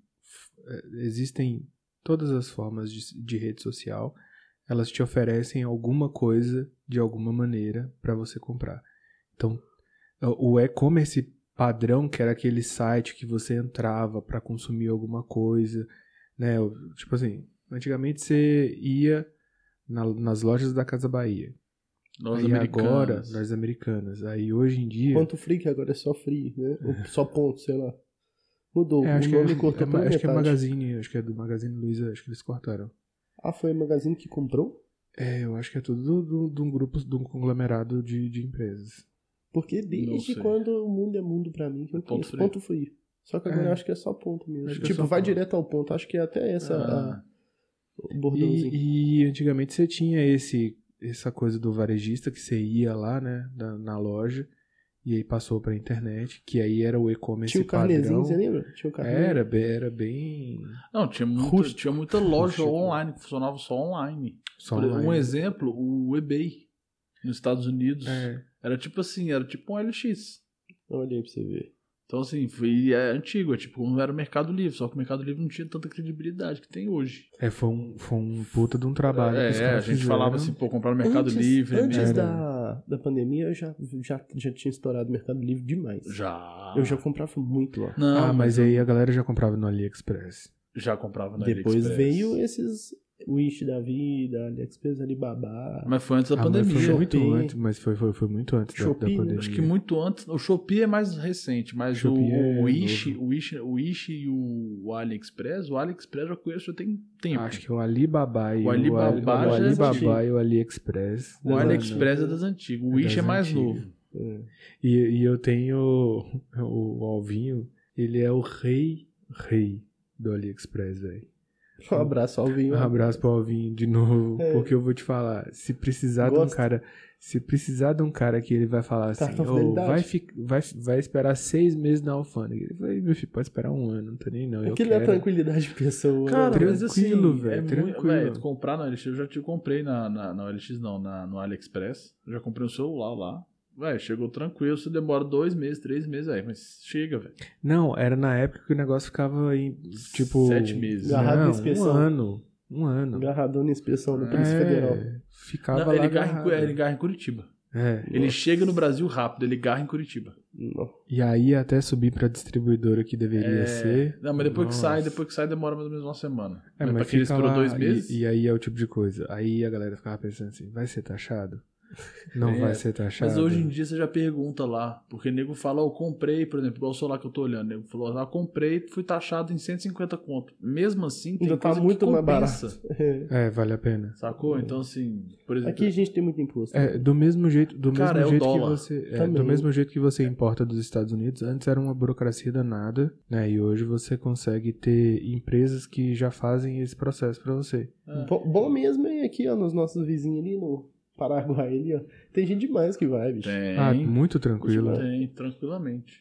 [SPEAKER 1] Existem todas as formas de rede social. Elas te oferecem alguma coisa de alguma maneira para você comprar. Então, o e-commerce padrão, que era aquele site que você entrava para consumir alguma coisa, né? Tipo assim, antigamente você ia nas lojas da Casa Bahia. Agora, nas americanas. Aí hoje em dia...
[SPEAKER 3] Ponto Free, que agora é só Free, né? Ou só ponto, sei lá. Mudou.
[SPEAKER 1] acho
[SPEAKER 3] o nome cortou pela
[SPEAKER 1] acho que é
[SPEAKER 3] metade.
[SPEAKER 1] Magazine, acho que é do Magazine Luiza, acho que eles cortaram.
[SPEAKER 3] Ah, foi a Magazine que comprou?
[SPEAKER 1] Eu acho que é tudo de um grupo, de um conglomerado de empresas.
[SPEAKER 3] Porque desde quando o mundo é mundo pra mim, que eu conheço Ponto Free. Só que agora eu acho que é só ponto mesmo. Tipo, vai direto ao ponto. Acho que é até essa o bordãozinho.
[SPEAKER 1] E antigamente você tinha essa coisa do varejista que você ia lá, né, na loja, e aí passou pra internet, que aí era o e-commerce
[SPEAKER 3] padrão. Tinha o carnezinho, você lembra? Tinha o
[SPEAKER 1] carnezinho. Era bem...
[SPEAKER 2] Não, tinha muita loja online, que funcionava só online. Um exemplo, o eBay, nos Estados Unidos. Era tipo assim, era tipo um LX.
[SPEAKER 3] Olha aí pra você ver.
[SPEAKER 2] Então, assim, é antigo, como era o Mercado Livre, só que o Mercado Livre não tinha tanta credibilidade que tem hoje.
[SPEAKER 1] Foi um puta de um trabalho que os caras
[SPEAKER 2] a gente
[SPEAKER 1] fizeram.
[SPEAKER 2] falava assim, comprar no Mercado Livre.
[SPEAKER 3] Antes da pandemia, eu já tinha estourado o Mercado Livre demais. Eu já comprava muito lá.
[SPEAKER 1] Não, mas aí a galera já comprava no AliExpress.
[SPEAKER 2] Já comprava no
[SPEAKER 3] Depois
[SPEAKER 2] AliExpress.
[SPEAKER 3] Veio esses Wish da vida, AliExpress, Alibaba.
[SPEAKER 2] Mas foi antes da pandemia.
[SPEAKER 1] Foi muito antes, mas foi muito antes da pandemia.
[SPEAKER 2] Acho que muito antes. O Shopee é mais recente, mas o Wish e o AliExpress, eu conheço já tem tempo.
[SPEAKER 1] Acho que o Alibaba e
[SPEAKER 2] o
[SPEAKER 1] o AliExpress.
[SPEAKER 2] O AliExpress é das antigas. O Wish é mais novo.
[SPEAKER 1] E eu tenho o Alvinho, ele é o rei do AliExpress, velho.
[SPEAKER 3] Um abraço, Alvinho.
[SPEAKER 1] Um abraço pro Alvinho de novo, porque eu vou te falar, se precisar de um cara que ele vai falar assim, vai esperar 6 meses na alfândega. Ele vai, meu filho, pode esperar 1 ano, não tá nem não.
[SPEAKER 3] Aquilo é tranquilidade de pessoa.
[SPEAKER 2] Cara,
[SPEAKER 1] tranquilo,
[SPEAKER 2] mas assim,
[SPEAKER 1] velho, tranquilo.
[SPEAKER 2] Comprar na LX, eu já te comprei na LX não, no AliExpress. Eu já comprei um celular lá. Véi, chegou tranquilo, você demora 2 meses, 3 meses aí, mas chega, velho.
[SPEAKER 1] Não, era na época que o negócio ficava em, tipo...
[SPEAKER 2] 7 meses.
[SPEAKER 3] Agarrado na inspeção.
[SPEAKER 1] Um ano.
[SPEAKER 3] Agarradão na inspeção da Polícia Federal.
[SPEAKER 1] Ficava lá
[SPEAKER 2] ele garra em Curitiba.
[SPEAKER 1] Ele
[SPEAKER 2] chega no Brasil rápido, ele garra em Curitiba.
[SPEAKER 1] E aí até subir pra distribuidora que deveria ser...
[SPEAKER 2] Não, mas depois que sai demora mais ou menos 1 semana.
[SPEAKER 1] Mas
[SPEAKER 2] pra quem esperou 2 meses...
[SPEAKER 1] E aí é o tipo de coisa. Aí a galera ficava pensando assim, vai ser taxado? Não vai ser taxado.
[SPEAKER 2] Mas hoje em dia você já pergunta lá, porque o nego fala, eu comprei, por exemplo, igual o celular que eu tô olhando, o nego falou, comprei, fui taxado em 150 conto. Mesmo assim, tem
[SPEAKER 3] ainda
[SPEAKER 2] coisa
[SPEAKER 3] tá muito
[SPEAKER 2] que
[SPEAKER 3] mais
[SPEAKER 2] compensa.
[SPEAKER 3] barato.
[SPEAKER 1] Vale a pena.
[SPEAKER 2] Sacou? Então, assim, por exemplo...
[SPEAKER 3] Aqui a gente tem muito imposto.
[SPEAKER 1] Do mesmo jeito
[SPEAKER 2] dólar.
[SPEAKER 1] do mesmo jeito que você importa dos Estados Unidos, antes era uma burocracia danada, né? E hoje você consegue ter empresas que já fazem esse processo pra você.
[SPEAKER 3] Bom mesmo é aqui, ó, nos nossos vizinhos ali no Paraguai ali, ó. Tem gente demais que vai, bicho.
[SPEAKER 2] Tem.
[SPEAKER 1] Muito tranquilo.
[SPEAKER 2] Tem, tranquilamente.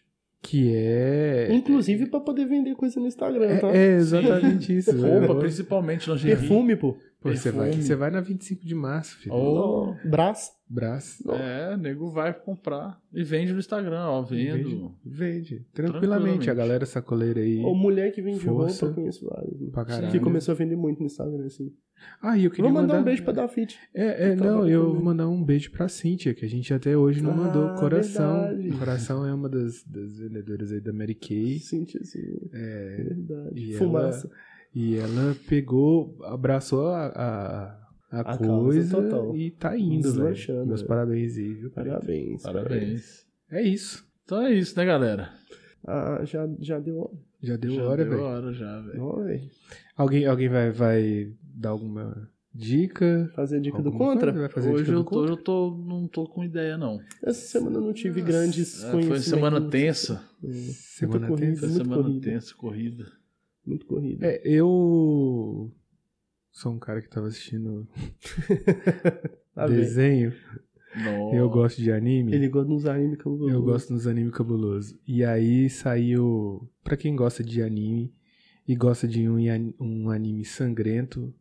[SPEAKER 1] Que é...
[SPEAKER 3] Inclusive pra poder vender coisa no Instagram, tá?
[SPEAKER 1] É exatamente isso.
[SPEAKER 2] Roupa, principalmente lingerie.
[SPEAKER 3] Perfume, pô.
[SPEAKER 1] Pô,
[SPEAKER 2] perfume.
[SPEAKER 1] você vai na 25 de março, filho.
[SPEAKER 2] Oh.
[SPEAKER 3] Brás.
[SPEAKER 1] Brás.
[SPEAKER 2] É, nego vai comprar e vende no Instagram, ó, vendo.
[SPEAKER 1] Vende. Tranquilamente. A galera sacoleira aí.
[SPEAKER 3] Ou mulher que vende
[SPEAKER 1] Força.
[SPEAKER 3] roupa, eu conheço vários. Né?
[SPEAKER 1] Pra caralho.
[SPEAKER 3] Que começou a vender muito no Instagram, assim.
[SPEAKER 1] Ah, e eu queria
[SPEAKER 3] Vou mandar um beijo pra Dafit.
[SPEAKER 1] Não, eu vou mandar um beijo pra Cíntia, que a gente até hoje não mandou. Coração.
[SPEAKER 3] Verdade.
[SPEAKER 1] Coração é uma das vendedoras aí da Mary Kay.
[SPEAKER 3] Cíntia, assim.
[SPEAKER 1] É,
[SPEAKER 3] Verdade.
[SPEAKER 1] e
[SPEAKER 3] Fumaça.
[SPEAKER 1] E ela pegou, abraçou a
[SPEAKER 3] A
[SPEAKER 1] coisa
[SPEAKER 3] causa total.
[SPEAKER 1] e tá indo, velho.
[SPEAKER 3] Deslanchando,
[SPEAKER 1] Meus
[SPEAKER 3] velho.
[SPEAKER 1] parabéns aí, viu?
[SPEAKER 3] Parabéns.
[SPEAKER 2] Parabéns.
[SPEAKER 1] É isso.
[SPEAKER 2] Então é isso, né, galera?
[SPEAKER 3] Ah, já deu hora.
[SPEAKER 1] Já deu
[SPEAKER 2] Já
[SPEAKER 1] hora,
[SPEAKER 2] deu
[SPEAKER 1] velho.
[SPEAKER 2] hora já, velho.
[SPEAKER 3] Ó, velho.
[SPEAKER 1] Alguém vai dar alguma dica?
[SPEAKER 3] Fazer a dica do
[SPEAKER 1] Alguma
[SPEAKER 3] contra?
[SPEAKER 1] coisa? Vai fazer a
[SPEAKER 2] Hoje
[SPEAKER 1] dica do
[SPEAKER 2] eu
[SPEAKER 1] contra?
[SPEAKER 2] não tô com ideia, não.
[SPEAKER 3] Essa semana eu não tive grandes conhecimentos.
[SPEAKER 2] Foi semana tensa.
[SPEAKER 1] Semana
[SPEAKER 3] Muito corrida,
[SPEAKER 1] tensa?
[SPEAKER 2] Foi
[SPEAKER 3] muito
[SPEAKER 2] semana
[SPEAKER 3] corrida.
[SPEAKER 2] tensa, corrida.
[SPEAKER 3] Muito corrida.
[SPEAKER 1] Eu sou um cara que tava assistindo
[SPEAKER 3] Tá bem.
[SPEAKER 1] desenho.
[SPEAKER 2] Nossa.
[SPEAKER 1] Eu gosto de anime.
[SPEAKER 3] Ele gosta dos animes cabulosos.
[SPEAKER 1] Eu gosto dos animes cabulosos. E aí saiu... Pra quem gosta de anime e gosta de um anime sangrento,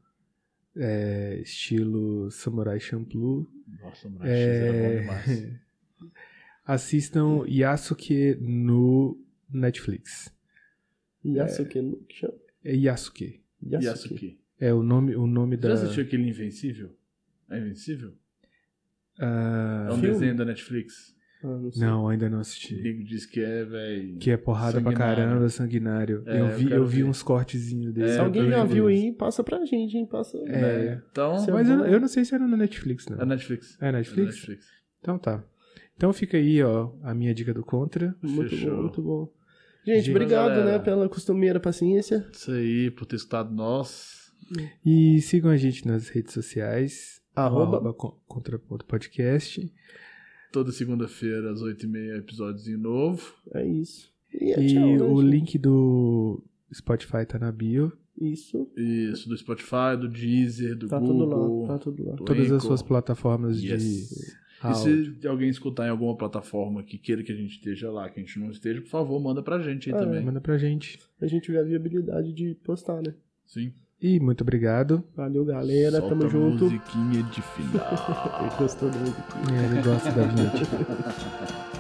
[SPEAKER 1] estilo Samurai Champloo,
[SPEAKER 2] Nossa, o X era bom demais.
[SPEAKER 1] assistam Yasuke no Netflix.
[SPEAKER 3] Yasuke, no que chama?
[SPEAKER 1] É Yasuke.
[SPEAKER 2] Yasuke.
[SPEAKER 1] É o nome
[SPEAKER 2] Já
[SPEAKER 1] da...
[SPEAKER 2] assistiu aquele Invencível? É Invencível?
[SPEAKER 1] Ah,
[SPEAKER 2] É um
[SPEAKER 3] filme?
[SPEAKER 2] desenho da Netflix.
[SPEAKER 3] Ah, não sei.
[SPEAKER 1] não, ainda não
[SPEAKER 2] O
[SPEAKER 1] assisti.
[SPEAKER 2] nego diz que é, velho.
[SPEAKER 1] Que é porrada pra
[SPEAKER 2] Sanguinário.
[SPEAKER 1] caramba, sanguinário.
[SPEAKER 2] É,
[SPEAKER 1] eu
[SPEAKER 2] quero
[SPEAKER 1] vi
[SPEAKER 2] ver.
[SPEAKER 1] uns cortezinhos desse.
[SPEAKER 2] É,
[SPEAKER 3] Se
[SPEAKER 2] eu
[SPEAKER 3] alguém
[SPEAKER 2] também
[SPEAKER 3] já
[SPEAKER 2] vi
[SPEAKER 3] viu
[SPEAKER 2] isso.
[SPEAKER 3] aí, passa pra gente, hein? Passa.
[SPEAKER 2] Né? Então,
[SPEAKER 3] Seu-
[SPEAKER 1] Mas eu não sei se era no Netflix, não.
[SPEAKER 2] é Netflix.
[SPEAKER 1] É Netflix?
[SPEAKER 2] É Netflix.
[SPEAKER 1] Então tá. Então fica aí, ó, a minha dica do Contra.
[SPEAKER 3] Muito
[SPEAKER 2] Fechou.
[SPEAKER 3] bom, muito bom. Gente,
[SPEAKER 1] Gente,
[SPEAKER 3] obrigado,
[SPEAKER 2] galera.
[SPEAKER 3] né, pela costumeira paciência.
[SPEAKER 2] Isso aí, por ter escutado nós.
[SPEAKER 1] E sigam a gente nas redes sociais.
[SPEAKER 3] Arroba.
[SPEAKER 1] Contraponto Podcast.
[SPEAKER 2] Toda segunda-feira, às 8h30, episódio novo.
[SPEAKER 3] É isso. E,
[SPEAKER 1] E
[SPEAKER 3] tchau, né,
[SPEAKER 1] o
[SPEAKER 3] gente?
[SPEAKER 1] link do Spotify tá na bio.
[SPEAKER 3] Isso.
[SPEAKER 2] Isso, do Spotify, do Deezer, do
[SPEAKER 3] Tá tudo
[SPEAKER 2] Google.
[SPEAKER 3] lá. Tá tudo lá.
[SPEAKER 2] do
[SPEAKER 1] Todas as
[SPEAKER 2] Anchor.
[SPEAKER 1] suas plataformas
[SPEAKER 2] Yes.
[SPEAKER 1] de
[SPEAKER 2] E
[SPEAKER 1] áudio.
[SPEAKER 2] se alguém escutar em alguma plataforma que queira que a gente esteja lá, que a gente não esteja, por favor, manda pra gente aí também.
[SPEAKER 1] Manda pra gente.
[SPEAKER 3] A gente vê a viabilidade de postar, né?
[SPEAKER 2] Sim.
[SPEAKER 1] E muito obrigado.
[SPEAKER 3] Valeu, galera.
[SPEAKER 2] Solta
[SPEAKER 3] Tamo
[SPEAKER 2] a
[SPEAKER 3] junto.
[SPEAKER 2] musiquinha de final.
[SPEAKER 3] Ele gostou da musiquinha.
[SPEAKER 1] Ele gosta da gente.